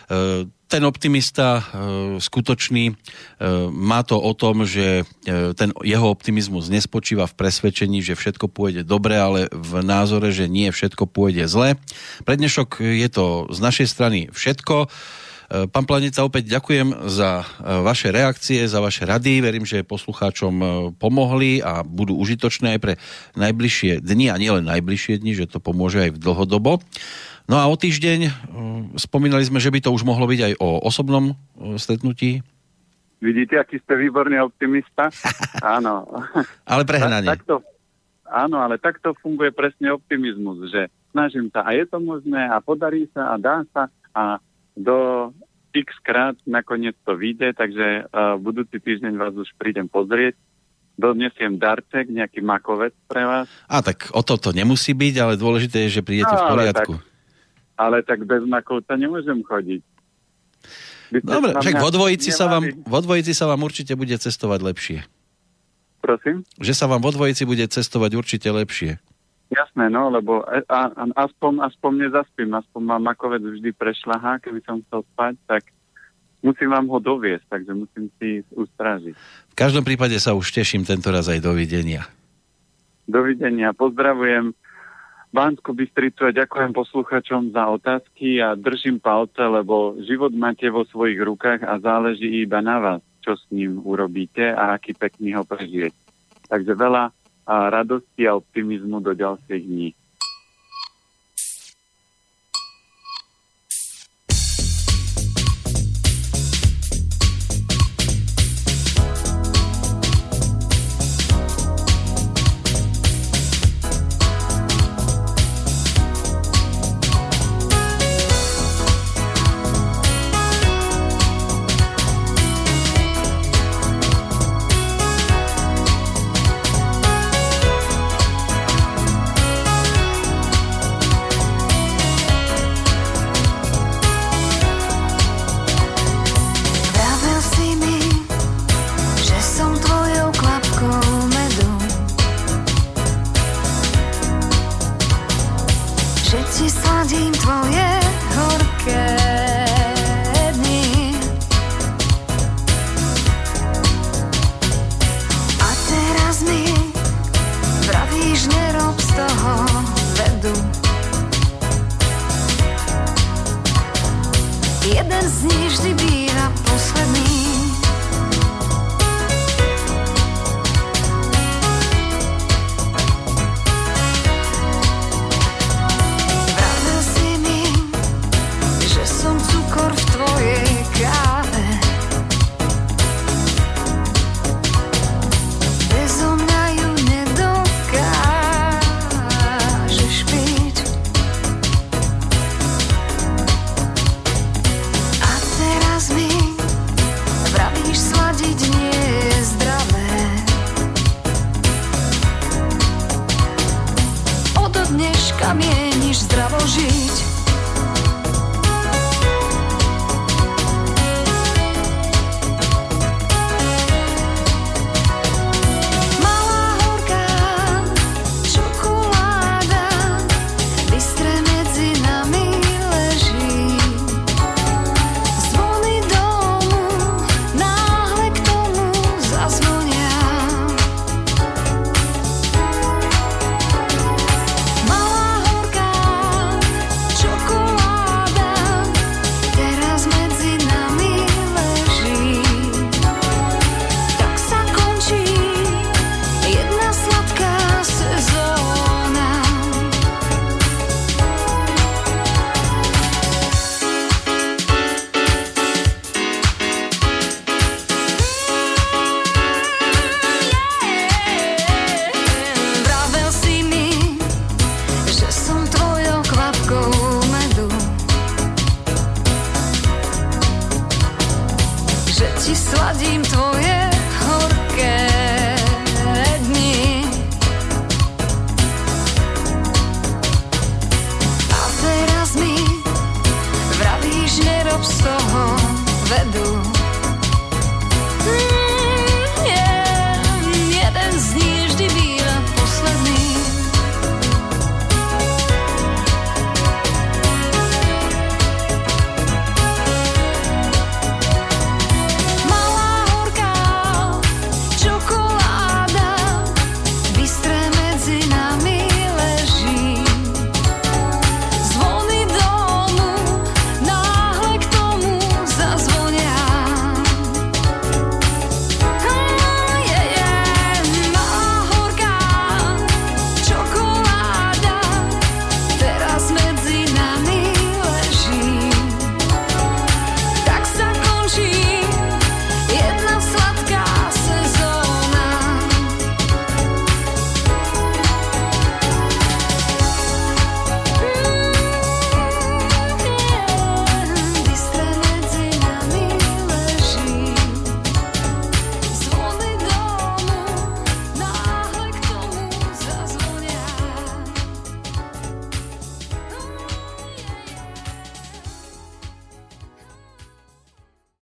Ten optimista skutočný má to o tom, že ten jeho optimizmus nespočíva v presvedčení, že všetko pôjde dobre, ale v názore, že nie všetko pôjde zle. Pre dnešok je to z našej strany všetko. Pán Planica, opäť ďakujem za vaše reakcie, za vaše rady. Verím, že poslucháčom pomohli a budú užitočné aj pre najbližšie dni a nielen najbližšie dni, že to pomôže aj v dlhodobo. No a o týždeň spomínali sme, že by to už mohlo byť aj o osobnom stretnutí. Vidíte, aký ste výborný optimista? Áno. Ale prehnanie. Áno, ale takto funguje presne optimizmus, že snažím sa a je to možné a podarí sa a dá sa a do x krát nakoniec to vyjde, takže budúci týždeň vás už prídem pozrieť. Donesiem darček, nejaký makovec pre vás. A tak o to nemusí byť, ale dôležité je, že prídete v poriadku. Ale tak bez makovca nemôžem chodiť. Dobre, však vo dvojici sa vám určite bude cestovať lepšie. Prosím? Že sa vám vo dvojici bude cestovať určite lepšie. Jasné, no, lebo aspoň nezaspím, aspoň mám makovec vždy prešľahá, keby som chcel spať, tak musím vám ho doviesť, takže musím si ustrážiť. V každom prípade sa už teším tentoraz aj dovidenia. Dovidenia, pozdravujem Banskú Bystricu a ďakujem posluchačom za otázky a držím palce, lebo život máte vo svojich rukách a záleží iba na vás, čo s ním urobíte a aký pekný ho prežijete. Takže veľa radosti a optimizmu do ďalších dní. ti sladím tvoje horké dni. A teraz mi vravíš, nerob z toho vedu.